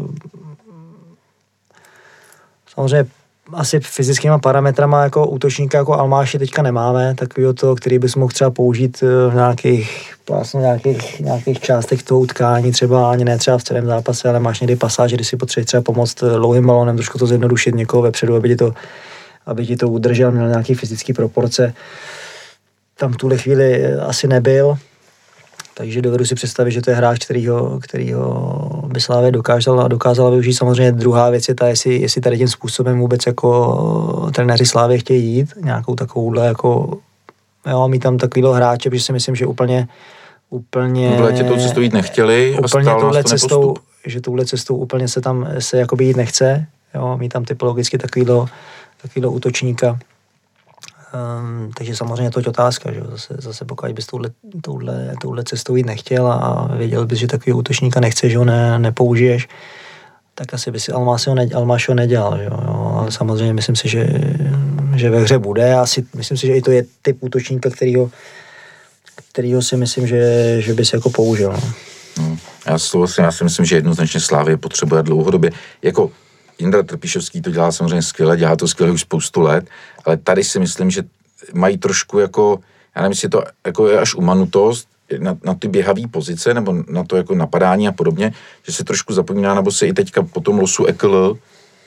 samozřejmě asi fyzickými parametrama jako útočníka jako Almáši teďka nemáme, takovýho to, který bys mohl třeba použít v nějakých částech toho utkání, třeba ani ne třeba v celém zápase, ale máš někdy pasáže, kdy si potřebuješ třeba pomoct dlouhým balónem, trošku to zjednodušit někoho vepředu, aby ti to udržel, měl nějaký fyzický proporce. Tam v tuhle chvíli asi nebyl, takže dovedu si představit, že to je hráč, kterýho by Slávě dokázala využít. Samozřejmě druhá věc je ta, jestli tady tím způsobem vůbec jako trenéři Slávě chtějí jít, nějakou takovouhle jako, jo, mít tam takovýhle hráče, protože si myslím, že úplně v létě tou cestou jít nechtěli a stál nás to nepostup. Že touhle cestou úplně se jakoby jít nechce, jo, mít tam typologicky takovýhle útočníka. Takže samozřejmě to je otázka, že zase pokud bys touhle cestou jít nechtěl a věděl bys, že takový útočníka nechceš, že ho nepoužiješ, tak asi by si Almášho nedělal, jo. Ale samozřejmě myslím si, že ve hře bude. Myslím si, že i to je typ útočníka, kterýho si myslím, že by si jako použil. No. Já si myslím, že jednoznačně Slávě potřebuje dlouhodobě, jako Jindra Trpišovský to dělá samozřejmě skvěle, dělá to skvěle už spoustu let, ale tady si myslím, že mají trošku jako, já nevím, jestli to jako je až umanutost na ty běhavé pozice, nebo na to jako napadání a podobně, že se trošku zapomíná, nebo se i teďka po tom losu Ekl,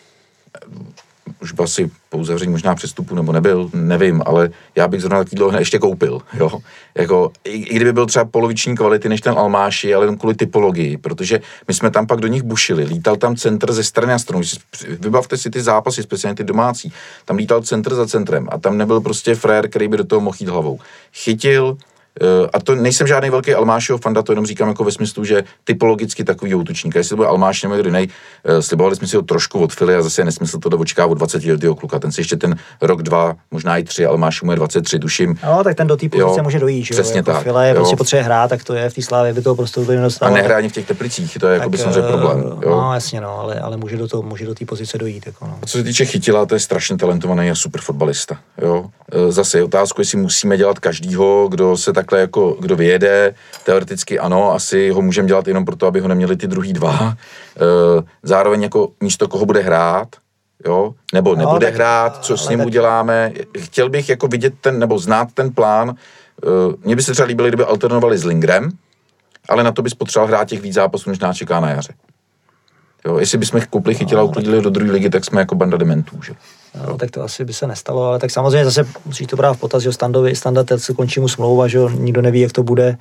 už byl asi po uzavření možná přestupu, nebo nebyl, nevím, ale já bych zrovna taky dlouho ještě koupil, jo. Jako, i kdyby byl třeba poloviční kvality než ten Almáši, ale jenom kvůli typologii, protože my jsme tam pak do nich bušili, lítal tam centr ze strany na stranu, vybavte si ty zápasy, speciálně ty domácí, tam lítal centr za centrem a tam nebyl prostě frér, který by do toho mohl jít hlavou. Chytil, a to nejsem žádný velký Almášiho fanda, to jenom říkám jako ve smyslu, že typologicky takový útočník. Jestli to bude Almáš nebo kdo jiný, slibovali jsme si ho trošku od Fily a zase je nesmysl to očekávat od 20letého kluka. Ten si ještě ten rok, 2, možná i 3, Almáš mu je 23, tuším. No, tak ten do té pozice může dojít, že jo? Přesně jako tak. Fila je prostě potřebuje hrát, tak to je v té Slávě, by toho prostě to nedostal. A nehrání v těch Teplicích, to je jako by samozřejmě problém. Jo? No, jasně, no, ale může do té pozice dojít. Jako, no. A co se týče Chytila, to je strašně talentovaný a super fotbalista. Jo? Zase je otázku, jestli musíme dělat každýho, kdo se takhle jako, kdo vyjede, teoreticky ano, asi ho můžeme dělat jenom proto, aby ho neměli ty druhý dva. Zároveň jako místo koho bude hrát, jo, nebo nebude hrát, co s ním uděláme. Chtěl bych jako vidět nebo znát ten plán. Mně by se třeba líbilo, kdyby alternovali s Lingrem, ale na to bys potřeboval hrát těch víc zápasů, než nás čeká na jaře. Jo, jestli bychom koupili Chytila a uklidili do druhé ligy, tak jsme jako banda dementů, že? No, tak to asi by se nestalo, ale tak samozřejmě zase musíš to brát v potaz, že Standa se končí mu smlouva, že nikdo neví, jak to bude,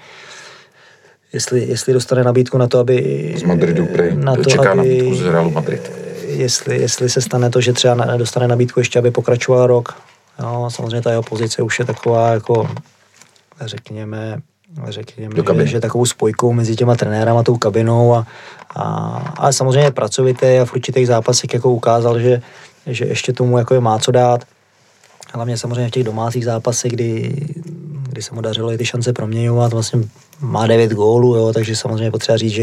jestli dostane nabídku na to, aby... Z Madridu čeká nabídku z Realu Madrid. Jestli se stane to, že třeba dostane nabídku ještě, aby pokračoval rok. No, samozřejmě ta jeho pozice už je taková, jako řekněme že takovou spojkou mezi těma trenérama, tou kabinou ale samozřejmě pracovitý a v určitých zápasech jako ukázal, že ještě tomu jako má co dát. Hlavně samozřejmě v těch domácích zápasech, kdy se mu dařilo i ty šance proměňovat, vlastně má 9 gólů, jo, takže samozřejmě potřeba říct,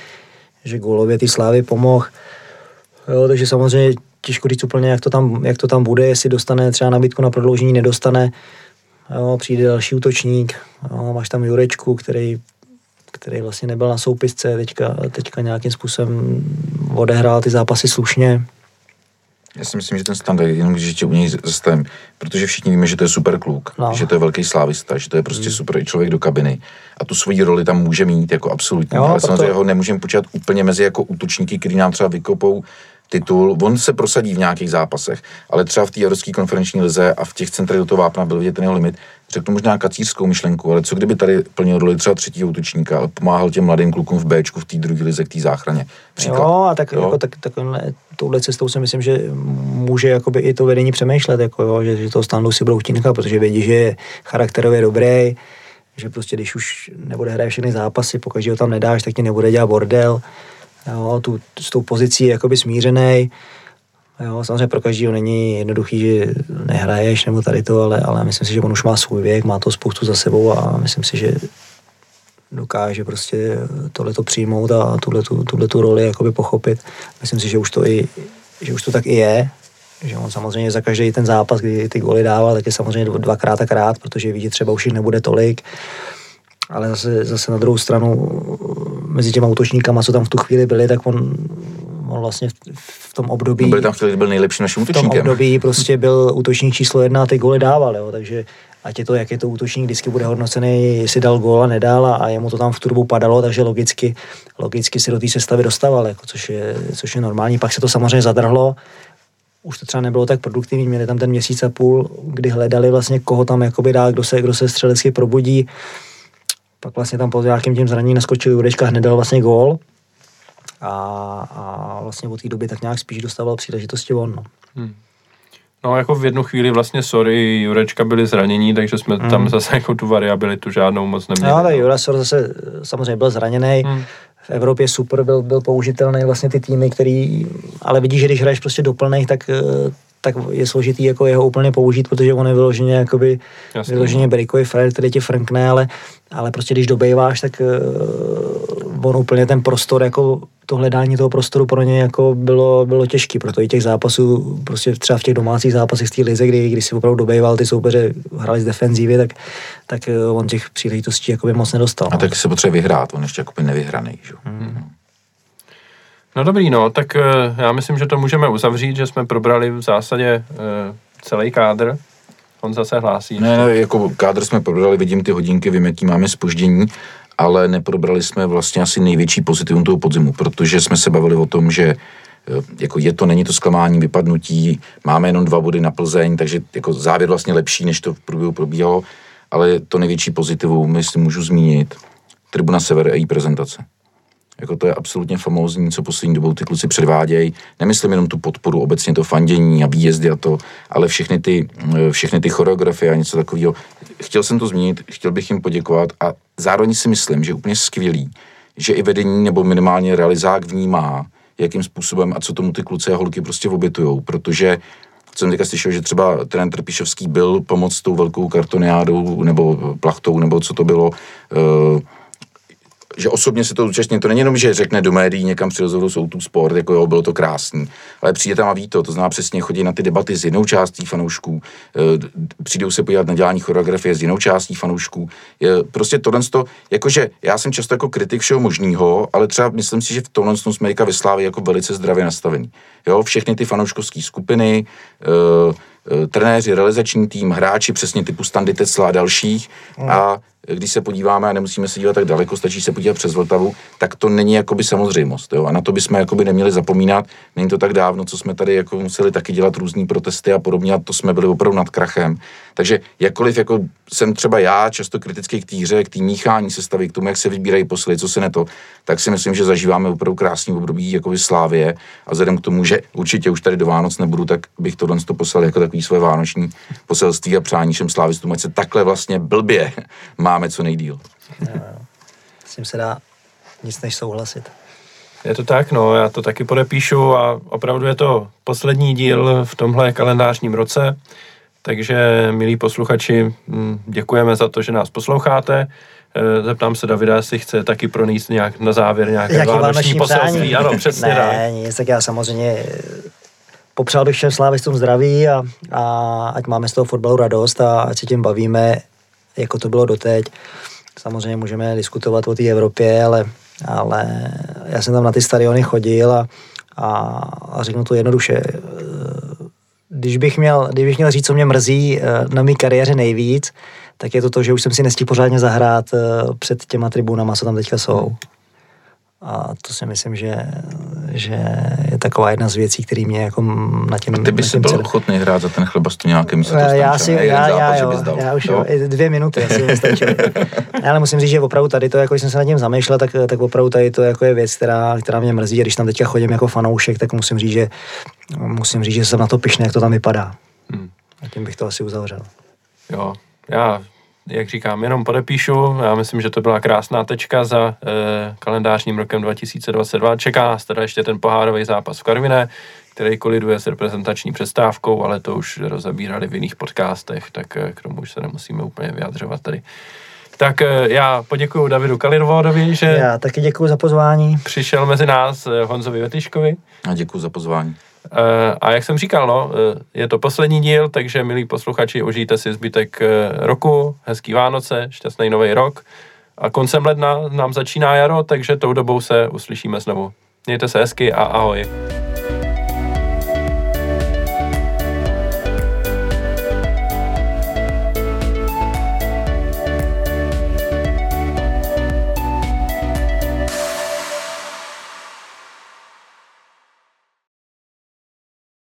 že gólově ty Slávy pomohl. Jo, takže samozřejmě těžko říct úplně, jak to tam bude, jestli dostane třeba nabídku na prodloužení, nedostane. Jo, přijde další útočník, jo, máš tam Jurečku, který vlastně nebyl na soupisce, teďka nějakým způsobem odehrál ty zápasy slušně. Já si myslím, že ten Standa, jenom když ještě u něj zastavím, protože všichni víme, že to je super kluk, že to je velký slávista, že to je prostě super člověk do kabiny a tu svoji roli tam může mít jako absolutní, ale samozřejmě ho nemůžeme počítat úplně mezi jako útočníky, který nám třeba vykopou titul, on se prosadí v nějakých zápasech, ale třeba v té Evropské konferenční lize a v těch centrech do toho vápna byl vidět ten jeho limit. Řeknu možná kacířskou myšlenku, ale co kdyby tady plnil roli třeba třetího útočníka a pomáhal těm mladým klukům v Bčku v té druhé lize k té záchraně. Příklad. Jo, a tak, jo. Touhle cestou si myslím, že může jakoby i to vedení přemýšlet, jako jo, že toho Standu si budou chtít nechat, protože vědí, že je charakterově dobrý, že prostě když už nebude hrát všechny zápasy, pokud ho tam nedáš, tak ti nebude dělat bordel. Jo, s tou pozicí je jakoby smířenej. Jo, samozřejmě pro každého není jednoduchý, že nehraješ nebo tady to, ale myslím si, že on už má svůj věk, má to spoustu za sebou a myslím si, že dokáže prostě tohleto přijmout a tuhletu roli jakoby pochopit. Myslím si, že už to tak i je, že on samozřejmě za každý ten zápas, kdy ty góly dával, tak je samozřejmě dvakrát tak rád, protože vidí, třeba už jich nebude tolik. Ale zase na druhou stranu mezi těma útočníkama, co tam v tu chvíli byli, tak on vlastně v tom období... Byli tam v chvíli, byl nejlepším naším útočníkem. V tom období prostě byl útočník číslo 1 a ty góly dával, jo, takže ať je to, jak je to útočník, vždycky bude hodnocený, jestli dal gól a nedal a jemu to tam v turbu padalo, takže logicky se do té sestavy dostával, jako, což je normální. Pak se to samozřejmě zadrhlo, už to třeba nebylo tak produktivní, měli tam ten měsíc a půl, kdy hledali vlastně, koho tam jakoby dá, kdo se střelecky probudí. Pak vlastně tam po nějakým tím zranění naskočil Jurečka, hned dal vlastně gól a vlastně od té doby tak nějak spíš dostával příležitosti on. No. No jako v jednu chvíli vlastně Jurečka byli zranění, takže jsme tam zase jako tu variabilitu žádnou moc neměli. No, tak Jurasor zase samozřejmě byl zraněný. V Evropě super byl použitelný vlastně ty týmy, který, ale vidíš, že když hraješ prostě do plných, tak je složitý jako jeho úplně použít, protože on je vyloženě jakoby vyloženě breakový frajer, který tě frnkne, ale prostě když dobejváš, tak on úplně ten prostor, jako to hledání toho prostoru pro něj jako bylo těžký, proto i těch zápasů, prostě třeba v těch domácích zápasech z té lize, kdy si opravdu dobejval, ty soupeře hráli z defenzívy, tak on těch příležitostí jakoby moc nedostal. A tak se potřebuje vyhrát, on ještě jakoby nevyhraný, že? No dobrý, no, tak já myslím, že to můžeme uzavřít, že jsme probrali v zásadě celý kádr. On zase hlásí. Ne, jako kádr jsme probrali, vidím ty hodinky, vím, jaký máme zpoždění, ale neprobrali jsme vlastně asi největší pozitivum toho podzimu, protože jsme se bavili o tom, že jako není to zklamání, vypadnutí, máme jenom 2 body na Plzeň, takže jako závěr vlastně lepší, než to v průběhu probíhalo, ale to největší pozitivum, jestli můžu zmínit, Tribuna Sever a její prezentace. Jako to je absolutně famózní, co poslední dobou ty kluci předvádějí. Nemyslím jenom tu podporu, obecně to fandění a výjezdy a to, ale všechny ty choreografie a něco takového. Chtěl jsem to zmínit, chtěl bych jim poděkovat a zároveň si myslím, že je úplně skvělý, že i vedení nebo minimálně realizák vnímá, jakým způsobem a co tomu ty kluci a holky prostě obětujou, protože jsem teďka slyšel, že třeba trenér Trpišovský byl pomoct tou velkou kartoniádou nebo plachtou, nebo co to bylo, že osobně se to účastní, to není jenom, že řekne do médií někam při rozhovoru Soutu Sport, jako jo, bylo to krásný, ale přijde tam a ví to znamená přesně, chodí na ty debaty s jinou částí fanoušků, přijdou se podívat na dělání choreografie s jinou částí fanoušků, prostě tohle, jakože já jsem často jako kritik všeho možného, ale třeba myslím si, že v tomhle jsme ve Slávii jako velice zdravě nastavený. Jo, všechny ty fanouškovské skupiny, trenéři, realizační tým, hráči přesně typu Standy Tecla a dalších a když se podíváme, a nemusíme se dívat tak daleko, stačí se podívat přes Vltavu, tak to není jakoby samozřejmost, jo? A na to bychom jakoby neměli zapomínat. Není to tak dávno, co jsme tady jako museli taky dělat různý protesty a podobně, a to jsme byli opravdu nad krachem. Takže jakkoliv jako jsem třeba já často kritický k té hře, k té míchání sestavy, k tomu, jak se vybírají posily, co se neto, tak si myslím, že zažíváme opravdu krásný období jako Slávie, a vzhledem k tomu, že určitě už tady do Vánoc nebudu, tak bych tohle poslal jako takový své vánoční poselství a přání všem slávistům, ať se takhle vlastně blbě máme co nejdýl. S tím se dá nic než souhlasit. Je to tak, no, já to taky podepíšu a opravdu je to poslední díl v tomhle kalendářním roce, takže, milí posluchači, děkujeme za to, že nás posloucháte. Zeptám se Davida, jestli chce taky pronést nějak na závěr nějaké vánoční poselství. Ano, přesně tak. Ne, nic, tak já samozřejmě popřál bych všem slávistům zdraví a ať máme z toho fotbalu radost a ať se tím bavíme, jako to bylo doteď. Samozřejmě můžeme diskutovat o té Evropě, ale já jsem tam na ty stadiony chodil a řeknu to jednoduše. Když bych měl říct, co mě mrzí na mý kariéře nejvíc, tak je to, že už jsem si nestihl pořádně zahrát před těma tribunama, co tam teďka jsou. A to si myslím, že je taková jedna z věcí, který mě jako na těm... A ty by si byl ochotný hrát za ten Chleba s Tuňákem? Já už 2 minuty asi mi stačily. Ale musím říct, že opravdu tady to, jako jsem se nad tím zamýšlel, tak opravdu tady to jako je věc, která mě mrzí. A když tam teďka chodím jako fanoušek, tak musím říct, že jsem na to pyšný, jak to tam vypadá. A tím bych to asi uzavřel. Jo, já, jak říkám, jenom podepíšu. Já myslím, že to byla krásná tečka za kalendářním rokem 2022. Čeká nás teda ještě ten pohárový zápas v Karviné, který koliduje s reprezentační přestávkou, ale to už rozebírali v jiných podcastech, tak k tomu už se nemusíme úplně vyjadřovat tady. Tak já poděkuju Davidu Kalivodovi, že... Já taky děkuju za pozvání. Přišel mezi nás Honzovi Vetyškovi. A děkuju za pozvání. A jak jsem říkal, no, je to poslední díl, takže milí posluchači, užijte si zbytek roku, hezký Vánoce, šťastný nový rok a koncem ledna nám začíná jaro, takže tou dobou se uslyšíme znovu. Mějte se hezky a ahoj.